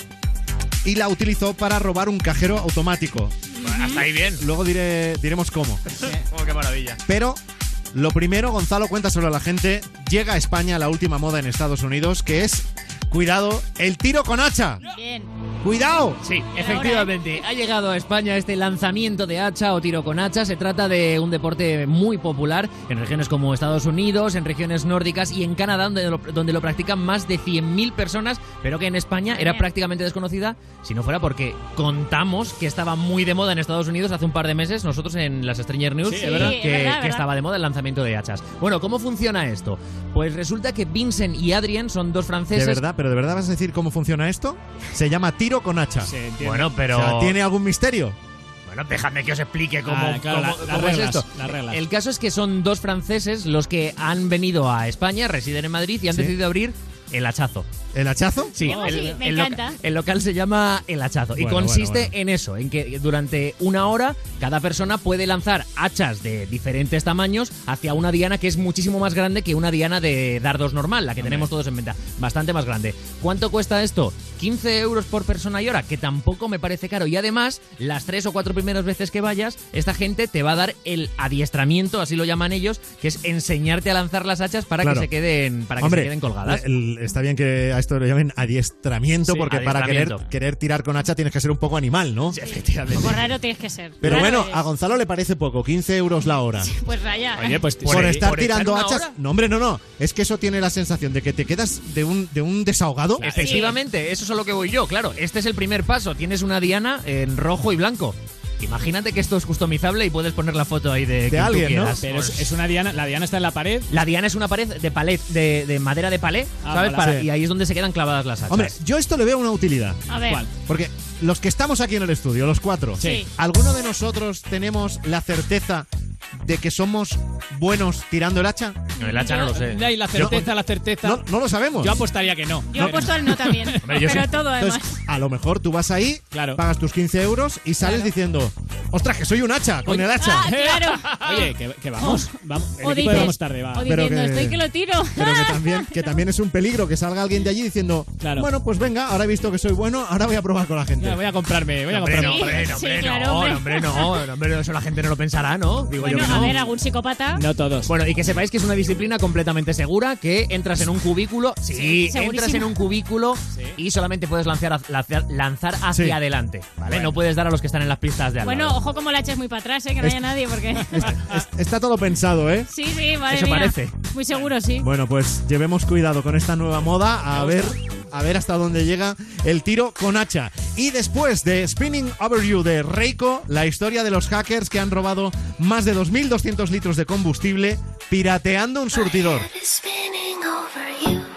y la utilizó para robar un cajero automático. Bueno, hasta ahí bien. Luego diré, diremos cómo. Oh, qué maravilla. Pero lo primero, Gonzalo, cuenta sobre la gente. Llega a España la última moda en Estados Unidos, que es, cuidado, el tiro con hacha. Bien. ¡Cuidado! Sí, efectivamente. Ha llegado a España este lanzamiento de hacha o tiro con hacha. Se trata de un deporte muy popular en regiones como Estados Unidos, en regiones nórdicas y en Canadá, donde lo, donde lo practican más de cien mil personas, pero que en España era prácticamente desconocida, si no fuera porque contamos que estaba muy de moda en Estados Unidos hace un par de meses, nosotros en las Stranger News, Sí, es verdad. que, es verdad, que verdad. estaba de moda el lanzamiento de hachas. Bueno, ¿cómo funciona esto? Pues resulta que Vincent y Adrien son dos franceses. ¿De verdad? ¿Pero de verdad vas a decir cómo funciona esto? Se llama tiro con hacha. Sí, entiendo. Bueno, pero... O sea, ¿tiene algún misterio? Bueno, déjame que os explique cómo, Ah, claro, cómo- la- las cómo es reglas, esto. las reglas. El caso es que son dos franceses los que han venido a España, residen en Madrid y han Sí. decidido abrir el hachazo. ¿El hachazo? Sí, Oh, el, sí, me el loca- encanta. el local se llama El Hachazo y Bueno, consiste bueno, bueno. en eso, en que durante una hora cada persona puede lanzar hachas de diferentes tamaños hacia una diana que es muchísimo más grande que una diana de dardos normal, la que tenemos todos en venta, bastante más grande. ¿Cuánto cuesta esto? quince euros por persona y hora, que tampoco me parece caro. Y además, las tres o cuatro primeras veces que vayas, esta gente te va a dar el adiestramiento, así lo llaman ellos, que es enseñarte a lanzar las hachas para Claro. que se queden, para que Hombre, se queden colgadas. el- está bien que a esto lo llamen adiestramiento, Sí, porque para querer, adiestramiento. querer tirar con hacha tienes que ser un poco animal, ¿no? Efectivamente. Un poco raro tienes que ser. Pero Raro bueno, eres. a Gonzalo le parece poco, quince euros la hora. Pues raya. Oye, pues Por, Por- estar por tirando estar una hachas. hora. No, hombre, no, no. Es que eso tiene la sensación de que te quedas de un, de un desahogado. Efectivamente, eso es a lo que voy yo, claro. Este es el primer paso. Tienes una diana en rojo y blanco. Imagínate que esto es customizable y puedes poner la foto ahí de, quien tú alguien, ¿no? quieras. Pero Pues- es, es una diana, la diana está en la pared. La diana es una pared de palet, de, de madera de palé, Ah, ¿sabes? vale, Para- sí. Y ahí es donde se quedan clavadas las hachas. Hombre, yo esto le veo una utilidad. A ver. ¿Cuál? Porque los que estamos aquí en el estudio, los cuatro, Sí. ¿alguno de nosotros tenemos la certeza de que somos buenos tirando el hacha? No, el hacha no lo sé. Y la certeza, la certeza. No, no lo sabemos. Yo apostaría que no. Yo he puesto el no también. Hombre, yo pero sí. todo además. Entonces, a lo mejor tú vas ahí, Claro. pagas tus quince euros y sales Claro. diciendo, ostras, que soy un hacha, con Oye. el hacha. Ah, claro. Oye, que, que vamos. vamos. El O equipo dices- vamos tarde, va. O Pero diciendo, que- estoy que lo tiro. Pero que también, que también es un peligro que salga alguien de allí diciendo, Claro. bueno, pues venga, ahora he visto que soy bueno, ahora voy a probar con la gente. Ya, voy a comprarme, voy a Hombre, comprarme. no, hombre, no, Sí, hombre, claro, no, hombre. no, hombre, no, no, hombre, eso la gente no lo pensará, ¿no? Digo Bueno, yo que a no. ver, algún psicópata. No todos. Bueno, y que sepáis que es una disciplina completamente segura, que entras en un cubículo, sí, Sí, entras segurísimo. en un cubículo y solamente puedes lanzar, lanzar, lanzar hacia Sí. adelante, ¿vale? Bueno. No puedes dar a los que están en las pistas de al Bueno, lado. ojo como la eches muy para atrás, ¿eh? Que no haya nadie, porque... Es- está todo pensado, ¿eh? Sí, sí, madre Eso mía. parece. Muy seguro, sí. Bueno, pues llevemos cuidado con esta nueva moda, a ver, a ver hasta dónde llega el tiro con hacha. Y después de Spinning Over You de Reiko, la historia de los hackers que han robado más de dos mil doscientos litros de combustible pirateando un surtidor. Spinning over you.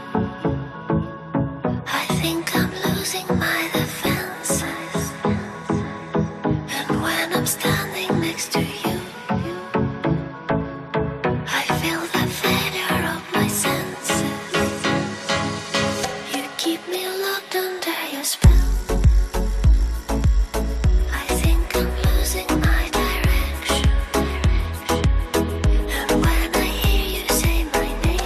I think I'm losing my defenses. And when I'm standing next to you, I feel the failure of my senses. You keep me locked under your spell. I think I'm losing my direction. And when I hear you say my name,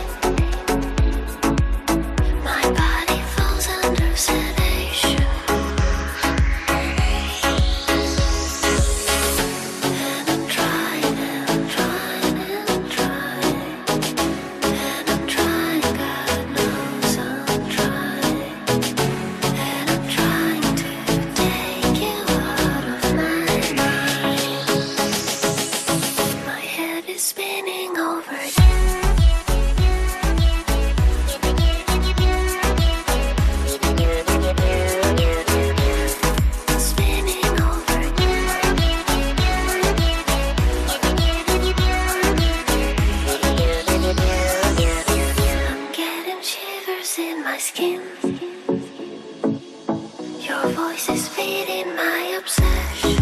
feeding my obsession.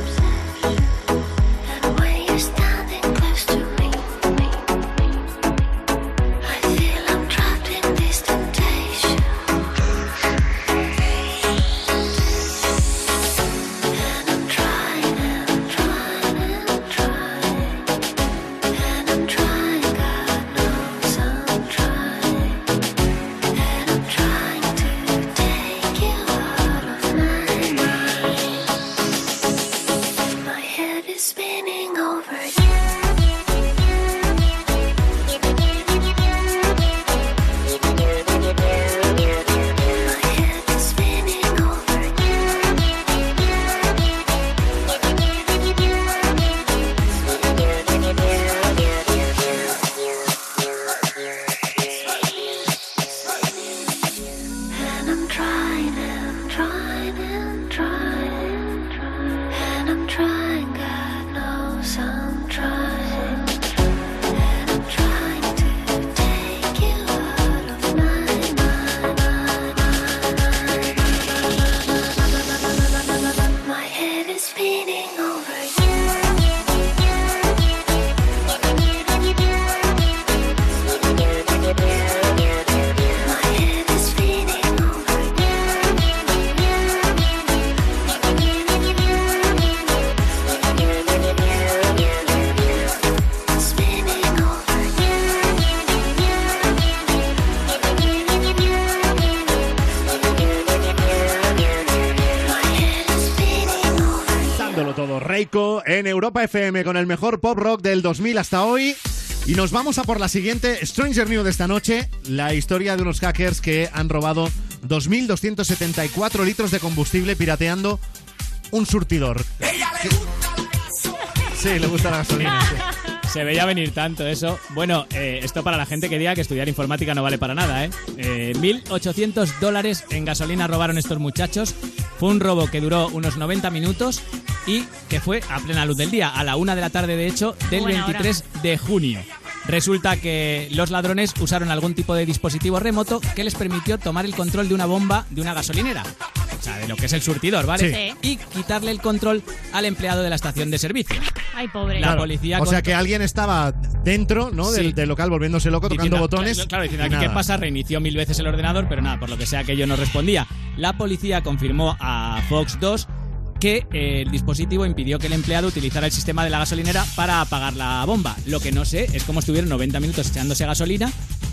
And when you're standing close to me, I feel I'm trapped in this temptation. And I'm trying and trying and trying. And I'm trying, God knows I'm trying. And I'm trying to take you out of my mind. My head is spinning over you. And I'm trying and trying and trying. And I'm trying, God knows I'm trying. And I'm trying to take you out of my mind. My head is spinning over Dándolo todo, Reiko en Europa F M con el mejor pop rock del dos mil hasta hoy. Y nos vamos a por la siguiente Stranger News de esta noche, la historia de unos hackers que han robado dos mil doscientos setenta y cuatro litros de combustible pirateando un surtidor. Sí, le gusta la gasolina. Sí. Se veía venir tanto eso. Bueno, eh, esto para la gente que diga que estudiar informática no vale para nada, ¿eh? eh mil ochocientos dólares en gasolina robaron estos muchachos. Fue un robo que duró unos noventa minutos y que fue a plena luz del día, a la una de la tarde, de hecho, del Buena veintitrés de junio. Resulta que los ladrones usaron algún tipo de dispositivo remoto que les permitió tomar el control de una bomba de una gasolinera. O sea, de lo que es el surtidor, ¿vale? Sí. Y quitarle el control al empleado de la estación de servicio. Ay, pobre. La Claro. policía... O con- sea que alguien estaba dentro, ¿no? Sí. Del, del local volviéndose loco, tocando Diciendo- botones. Claro, claro, diciendo y aquí qué nada. pasa, reinició mil veces el ordenador, pero nada, por lo que sea aquello no respondía. La policía confirmó a Fox dos que eh, el dispositivo impidió que el empleado utilizara el sistema de la gasolinera para apagar la bomba. Lo que no sé es cómo estuvieron noventa minutos echándose gasolina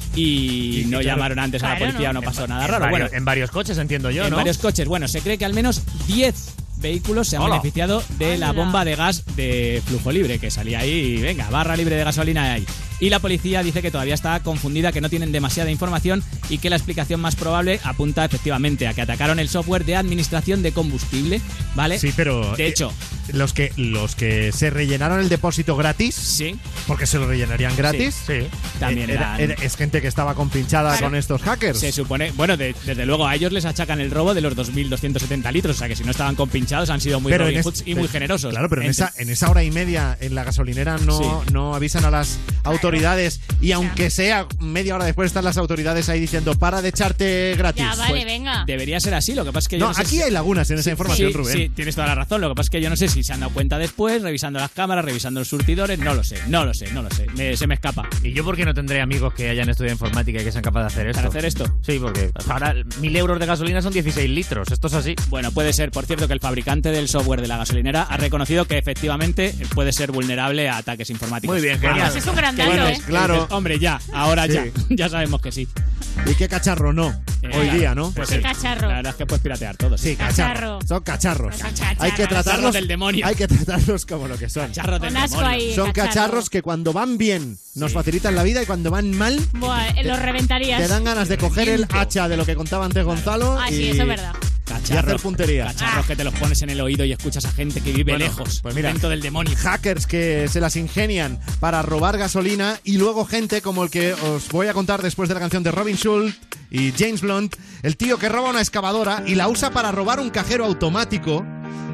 y, Y, no claro, llamaron antes a la claro, policía, ¿no? no pasó En- nada en raro. varios- Bueno, en varios coches, entiendo yo, en ¿no? varios coches. Bueno, se cree que al menos diez vehículos se han Hola. beneficiado de la bomba de gas de flujo libre que salía ahí y venga, barra libre de gasolina ahí. Y la policía dice que todavía está confundida, que no tienen demasiada información y que la explicación más probable apunta efectivamente a que atacaron el software de administración de combustible, ¿vale? Sí, pero de hecho, eh, los que los que se rellenaron el depósito gratis, sí, porque se lo rellenarían gratis, Sí, sí. También eh, era- eran- era- es gente que estaba compinchada Claro. con estos hackers. se supone, bueno, de- desde luego a ellos les achacan el robo de los dos mil doscientos setenta litros, o sea que si no estaban compinchados han sido muy Pero Robin en Hoods es- y muy pero- generosos. Claro, pero en Entre- esa, en esa hora y media en la gasolinera no, Sí. no avisan a las autoridades y aunque sea media hora después están las autoridades ahí diciendo para de echarte gratis. Ya, vale, Pues venga. Debería ser así, lo que pasa es que yo No, no sé aquí si- hay lagunas en esa información, sí, Rubén. Sí, tienes toda la razón. Lo que pasa es que yo no sé si se han dado cuenta después, revisando las cámaras, revisando los surtidores. No lo sé, no lo sé, no lo sé. Me- se me escapa. ¿Y yo por qué no tendré amigos que hayan estudiado informática y que sean capaces de hacer esto? ¿Para hacer esto? Sí, porque ahora mil euros de gasolina son dieciséis litros. Esto es así. Bueno, puede ser. Por cierto, que el fabricante del software de la gasolinera ha reconocido que efectivamente puede ser vulnerable a ataques informáticos. Muy bien, genial. Pues es un gran Que dato, dices- ¿eh? que Claro. dices, hombre, ya, ahora Sí. ya. Ya sabemos que sí. ¿Y qué cacharro no? Eh, Hoy claro. día, ¿no? Pues Qué sí. cacharro. La verdad es que puedes piratear todo. Sí, cacharro. Cacharro. Son cacharros. Son cacharros. Hay que tratarlos Cacharros del demonio. Hay que tratarlos como lo que son. Cacharros del Con asco demonio. ahí, Son cacharro. cacharros que cuando van bien nos Sí. facilitan la vida y cuando van mal Buah, eh, los reventarías. te dan ganas de coger el hacha de lo que contaba antes Gonzalo Ah, y, sí, eso es verdad. y hacer Cacharros, puntería. cacharros que te los pones en el oído y escuchas a gente que vive Bueno, lejos. pues mira, dentro del demonio. Hackers que se las ingenian para robar gasolina y luego gente como el que os voy a contar después de la canción de Robin Schulz y James Blunt, el tío que roba una excavadora y la usa para robar un cajero automático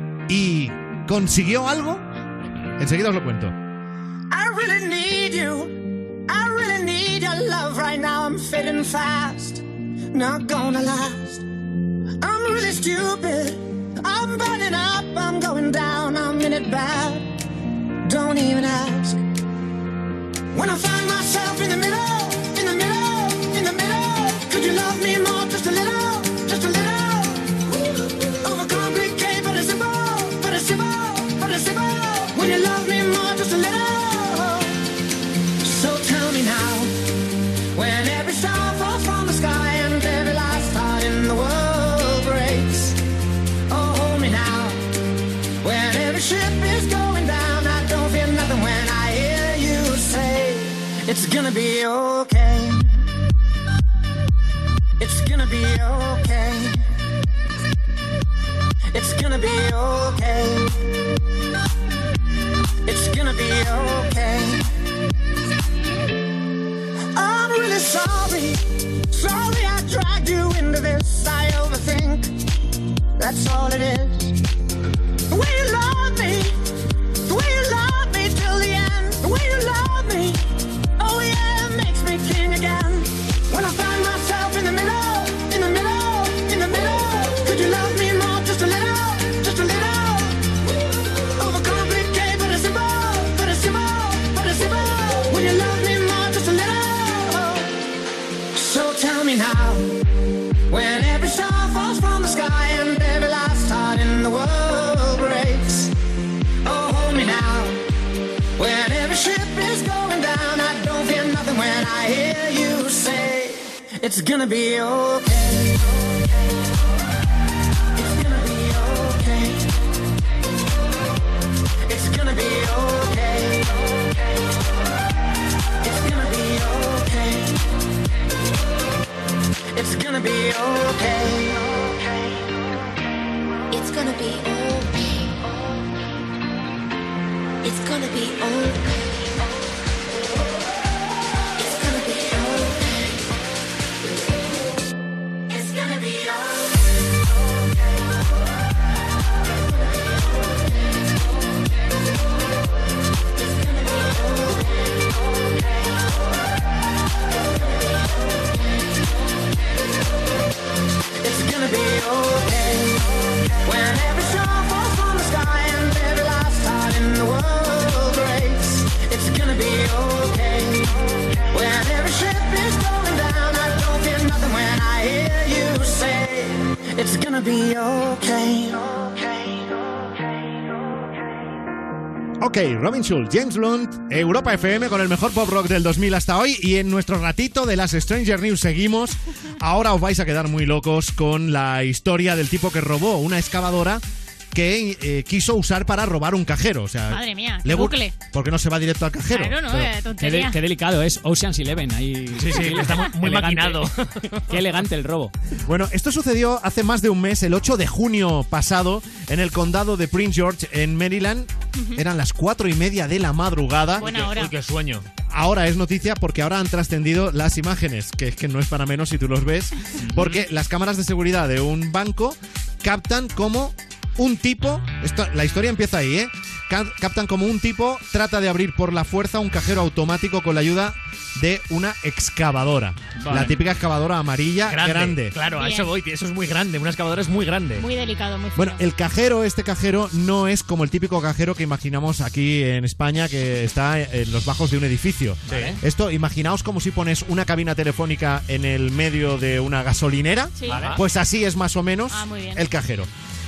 y consiguió algo. Enseguida os lo cuento. I really need you. I really need your love right now. I'm fading fast. Not gonna last. I'm really stupid. I'm burning up, I'm going down, I'm in it bad. Don't even ask. When I find myself in the middle, in the middle, in the middle, could you love me more, just a little, just a little? Overcomplicate, but it's simple, but it's simple, but it's simple. When you love me more, just a little. So tell me now, when every star falls from the sky and every last heart in the world breaks. Oh, hold me now, when every ship is going down, I don't feel nothing when I hear you say, it's gonna be okay. It's gonna be okay. It's gonna be okay. It's gonna be okay. I'm really sorry. Sorry I dragged you into this. I overthink. That's all it is. The way you love me. The way you love me till the end. The way you love me. Oh yeah, it makes me king again. When I find myself in the middle, in the middle, in the middle, could you love me more, just a little, just a little? Overcomplicate, but it's simple, but it's simple, but it's simple. When you love me more, just a little. So tell me now, when every star falls from the sky and every last heart in the world breaks. Oh, hold me now, when every ship is going down, I don't feel nothing when I hear you say, it's gonna be okay. It's gonna be okay. It's gonna be okay. It's gonna be okay. It's gonna be okay. It's gonna be okay. It's gonna be okay. It's gonna be okay. It's gonna be It's gonna be okay. When every star falls from the sky and every last heart in the world breaks. It's gonna be okay. When every ship is going down, I don't feel nothing when I hear you say, it's gonna be okay. Ok, Robin Schulz, James Blunt, Europa F M con el mejor pop rock del dos mil hasta hoy. Y en nuestro ratito de las Stranger News seguimos. Ahora os vais a quedar muy locos con la historia del tipo que robó una excavadora que eh, quiso usar para robar un cajero. O sea, madre mía, qué le bucle. ¿Por qué no se va directo al cajero? Claro, no, Pero, eh, Qué, tontería. de- qué delicado, es Ocean's Eleven. Ahí, Sí, sí, está muy- muy Elegante. maquinado. Qué elegante el robo. Bueno, esto sucedió hace más de un mes, el ocho de junio pasado, en el condado de Prince George, en Maryland. Eran las cuatro y media de la madrugada. Buena hora. Uy, qué sueño. Ahora es noticia porque ahora han trascendido las imágenes, que es que no es para menos si tú los ves, porque las cámaras de seguridad de un banco captan como un tipo, esto, la historia empieza ahí, ¿eh? Ca- Captan como un tipo trata de abrir por la fuerza un cajero automático con la ayuda de una excavadora. Vale. La típica excavadora amarilla grande. Claro, a Bien. eso voy, eso es muy grande. Una excavadora es muy grande. Muy delicado, muy fino. Bueno, el cajero, este cajero, no es como el típico cajero que imaginamos aquí en España, que está en los bajos de un edificio. Vale. Esto, imaginaos como si pones una cabina telefónica en el medio de una gasolinera. Sí. Vale. Pues así es más o menos Ah, muy bien. el cajero.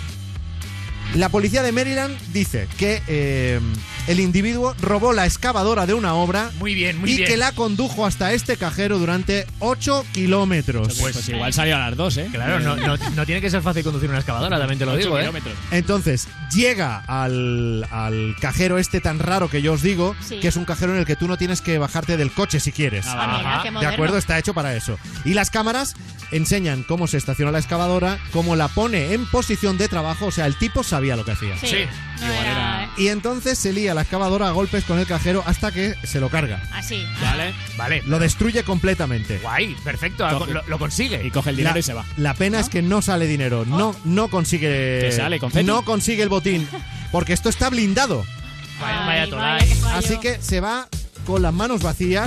La policía de Maryland dice que eh, el individuo robó la excavadora de una obra Muy bien, muy y bien. que la condujo hasta este cajero durante ocho kilómetros. Pues, pues igual salió a las dos, ¿eh? Claro, no, no, no tiene que ser fácil conducir una excavadora, también te lo Ocho digo, ¿eh? kilómetros. Entonces, llega al, al cajero este tan raro que yo os digo, Sí. que es un cajero en el que tú no tienes que bajarte del coche si quieres. Ah, Ah, mira, Ajá. qué ¿De moderno. acuerdo? Está hecho para eso. Y las cámaras enseñan cómo se estaciona la excavadora, cómo la pone en posición de trabajo. O sea, el tipo sabía lo que hacía. Sí. Sí. No Igual era, era- ¿eh? Y entonces se lía la excavadora a golpes con el cajero hasta que se lo carga. Así. Vale. Vale. Lo destruye completamente. Guay, perfecto. Coge- Lo, lo consigue. Y coge el dinero La, y se va. la pena es que no sale dinero. No, no consigue. ¿Qué sale, confeti? No consigue el botín. Porque esto está blindado. Vaya, Ay, vaya vaya, tolai. qué fallo. Así que se va con las manos vacías.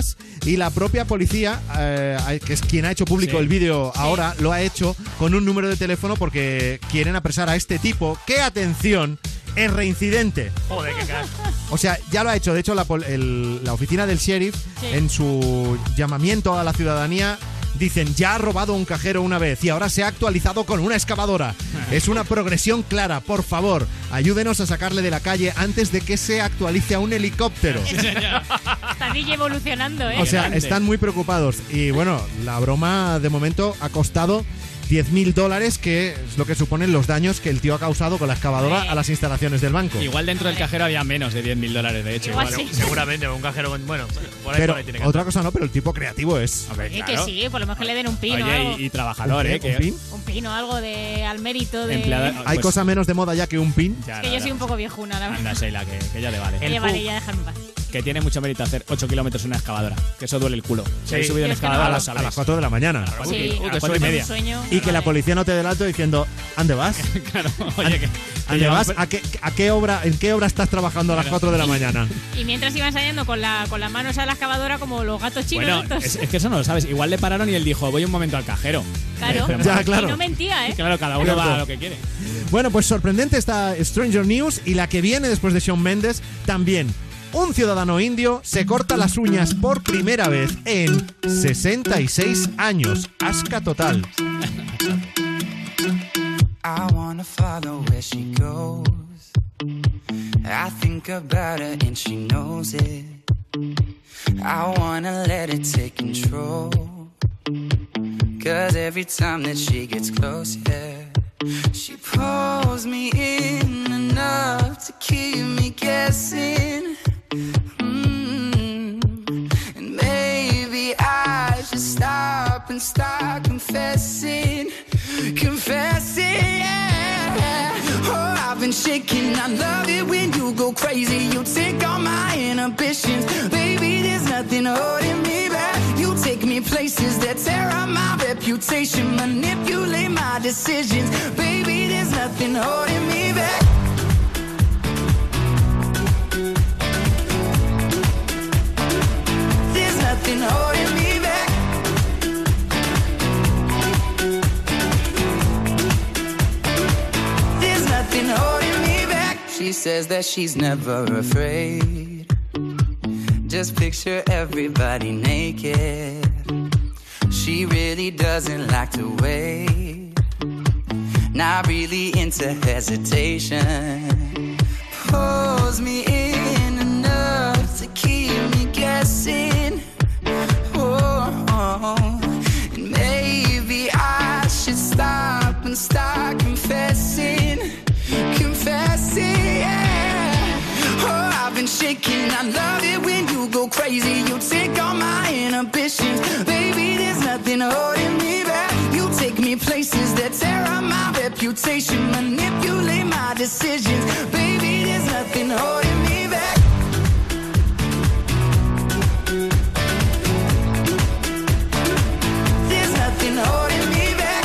Y la propia policía, eh, que es quien ha hecho público Sí. el vídeo Sí. ahora, lo ha hecho con un número de teléfono porque quieren apresar a este tipo que, atención, es reincidente. Joder, qué crack. O sea, ya lo ha hecho. De hecho, la, pol- el- la oficina del sheriff, Sí. en su llamamiento a la ciudadanía, dicen, ya ha robado un cajero una vez y ahora se ha actualizado con una excavadora. Es una progresión clara. Por favor, ayúdenos a sacarle de la calle antes de que se actualice a un helicóptero. Está D J evolucionando, ¿eh? O sea, están muy preocupados. Y bueno, la broma de momento ha costado diez mil dólares, que es lo que suponen los daños que el tío ha causado con la excavadora a las instalaciones del banco. Igual dentro del cajero había menos de diez mil dólares, de hecho. Igual Igual. sí. Seguramente, un cajero con. Bueno, por ahí, Pero por ahí tiene que otra cosa no, pero el tipo creativo es. A ver, Es claro. que sí, por lo menos que le den un pin o Oye, algo. y, y trabajador, ¿Un ¿eh? qué? Que, ¿Un pin? Un pin o algo de al mérito de... Empleada- Hay pues- cosa menos de moda ya que un pin. Ya, Es que no, yo no. soy un poco viejuna, la verdad. Anda, Sheila, que, que ya le vale. Oye, vale, ya déjame en paz. Que tiene mucho mérito hacer ocho kilómetros en una excavadora. Que eso duele el culo. Si Sí. habéis subido en Yo es que excavadora, no. lo A sabéis. las cuatro de la mañana. Sí, a las a cuatro y cuatro media. un sueño. Y que la Vale. policía no te dé el alto diciendo, ¿ande vas? Claro, oye, que. que ¿Ande llevan- vas? ¿A qué, a qué obra, ¿En qué obra estás trabajando a las cuatro de la mañana? Y mientras iba ensayando con la, con la mano esa de la excavadora como los gatos chinos Bueno, estos. es, es que eso no lo sabes. Igual le pararon y él dijo, voy un momento al cajero. Claro. Pero- Ya, claro. Y no mentía, ¿eh? Claro, cada uno Cierto. va a lo que quiere. Bueno, pues sorprendente esta Stranger News, y la que viene después de Shawn Mendes también. Un ciudadano indio se corta las uñas por primera vez en sesenta y seis años. Asca total. I wanna follow where she goes. I think about her and she knows it. I wanna let it take control. Cause every time that she gets close, yeah, she pulls me in enough to keep me guessing. Mm. And maybe I should stop and start confessing. Confessing, yeah. Oh, I've been shaking. I love it when you go crazy. You take all my inhibitions. Baby, there's nothing holding me back. You take me places that tear up my reputation. Manipulate my decisions. Baby, there's nothing holding me back. There's nothing holding me back. There's nothing holding me back. She says that she's never afraid. Just picture everybody naked. She really doesn't like to wait. Not really into hesitation. Pulls me in enough to keep me guessing. Oh, oh. And maybe I should stop and start confessing. Confessing, yeah. Oh, I've been shaking. I love it when you go crazy. You take all my inhibitions. Baby, there's nothing holding me back. You take me places that tear up my reputation. Manipulate my decisions. Baby, there's nothing holding me back. There's nothing holding me back.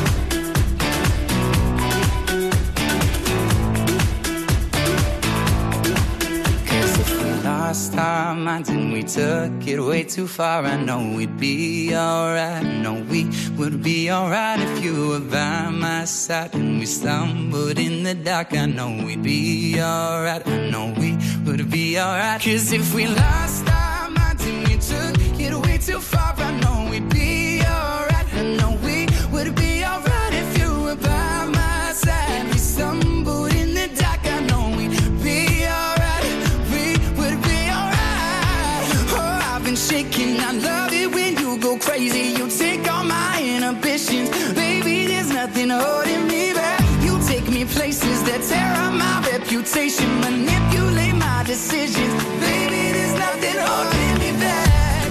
Cause if we lost our minds and we took it way too far, I know we'd be alright. I know we would be alright if you were by my side. And we stumbled in the dark, I know we'd be alright. I know we would be alright. Cause if we lost our minds and we took it way too far, I know we'd be alright. I know we would be alright if you were by my side. We stumbled in the dark, I know we'd be alright. We would be alright. Oh, I've been shaking. I love it when you go crazy. You take all my inhibitions. Baby, there's nothing holding me back. You take me places that tear up my reputation. Manipulate my decisions. Baby, there's nothing holding me back.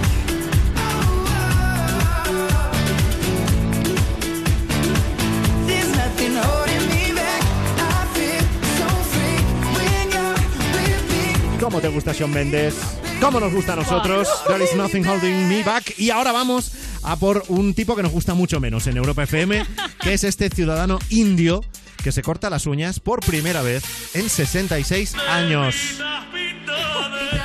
There's nothing holding me back. I feel so free when you're with me. ¿Cómo te gusta Shawn Mendes? ¿Cómo nos gusta a nosotros? There is nothing holding me back. Y ahora vamos a por un tipo que nos gusta mucho menos en Europa F M, que es este ciudadano indio que se corta las uñas por primera vez en sesenta y seis años.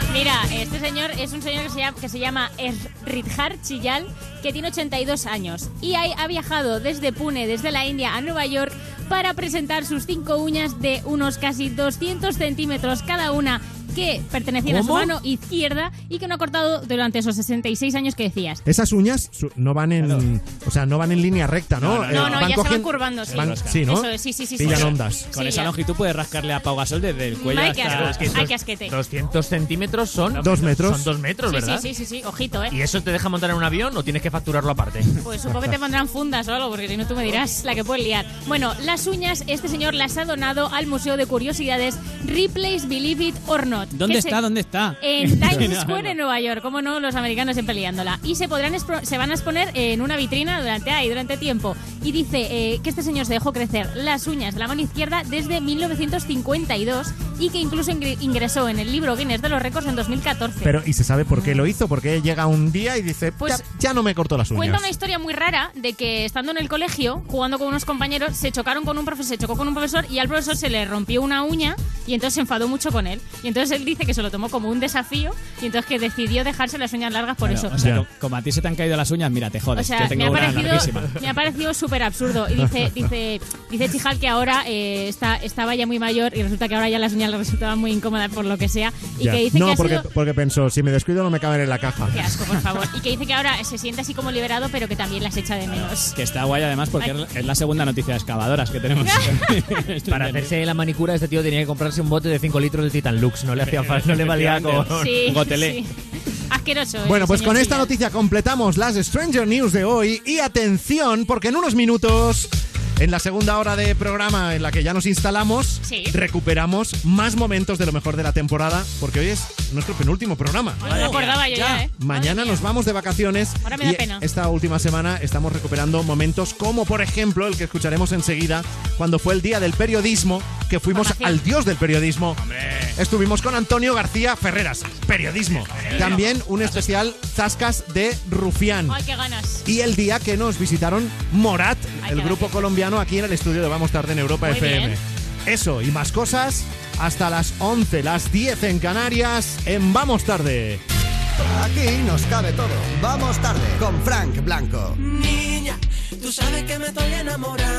Mira, este señor es un señor que se llama, que se llama Ridhar Chillal, que tiene ochenta y dos años y ha, ha viajado desde Pune, desde la India a Nueva York para presentar sus cinco uñas de unos casi doscientos centímetros cada una, que pertenecían ¿Cómo? a su mano izquierda y que no ha cortado durante esos sesenta y seis años que decías. Esas uñas su- no van en, claro. o sea, no van en línea recta, ¿no? No, no, Eh, no, van ya se van cogiendo- curvando, sí. van- sí, ¿no? Eso es, sí, sí, sí. Pillan sí. ondas. Con Sí, esa ya. longitud puedes rascarle a Pau Gasol desde el cuello Ay, qué hasta... asco. Ay, qué asquete. doscientos centímetros son... Dos metros. Son dos metros, Sí, ¿verdad? sí, sí, sí, sí, ojito, ¿eh? ¿Y eso te deja montar en un avión o tienes que facturarlo aparte? Pues supongo que te pondrán fundas o algo, porque si no tú me dirás la que puedes liar. Bueno, las uñas, este señor las ha donado al Museo de Curiosidades Ripley's Believe It or Not. ¿Dónde que está? se- ¿Dónde está? En Times Square, en Nueva York. Cómo no, los americanos siempre liándola. Y se podrán expro- se van a exponer en una vitrina durante ahí, durante tiempo. Y dice eh, que este señor se dejó crecer las uñas de la mano izquierda desde mil novecientos cincuenta y dos y que incluso ingre- ingresó en el libro Guinness de los récords en dos mil catorce. Pero, ¿y se sabe por qué lo hizo? Porque llega un día y dice, Pues, ya, ya no me corto las uñas. Cuenta una historia muy rara de que estando en el colegio, jugando con unos compañeros, se chocaron con un profesor, se chocó con un profesor y al profesor se le rompió una uña y entonces se enfadó mucho con él. Y entonces él dice que se lo tomó como un desafío y entonces que decidió dejarse las uñas largas por Claro, eso. o sea, co- como a ti se te han caído las uñas, mira, te jodes. O sea, yo tengo me ha una parecido, larguísima. me ha parecido súper absurdo. Y dice, dice, dice Chijal que ahora eh, está, estaba ya muy mayor y resulta que ahora ya las uñas le resultaban muy incómodas por lo que sea. Y Ya. que dice no, que ha porque, sido... porque pensó, si me descuido no me caben en la caja. Qué asco, por favor. Y que dice que ahora se siente así como liberado, pero que también las echa de menos. Que está guay además porque Ay. es la segunda noticia de excavadoras que tenemos. Para hacerse la manicura, este tío tenía que comprarse un bote de cinco litros de Titan Lux. No le hacía falta, no le valía con Sí, un gotelé. sí. Asqueroso. Bueno, ese pues señor con esta Chillal. noticia completamos las Stranger News de hoy. Y atención, porque en unos minutos, en la segunda hora de programa en la que ya nos instalamos, Sí. recuperamos más momentos de lo mejor de la temporada, porque hoy es nuestro penúltimo programa. No me acordaba yo ya, ¿eh? Mañana nos vamos de vacaciones. Ahora me da y pena. esta última semana estamos recuperando momentos como, por ejemplo, el que escucharemos enseguida, cuando fue el Día del Periodismo, que fuimos Formación. al dios del periodismo. Estuvimos con Antonio García Ferreras, periodismo. También un especial Zascas de Rufián. Ay, qué ganas. Y el día que nos visitaron Morat, Ay, el qué grupo gracias. colombiano, aquí en el estudio de Vamos Tarde en Europa Muy F M. bien. Eso y más cosas hasta las once, las diez en Canarias, en Vamos Tarde. Aquí nos cabe todo. Vamos tarde con Frank Blanco. Niña, tú sabes que me estoy enamorando.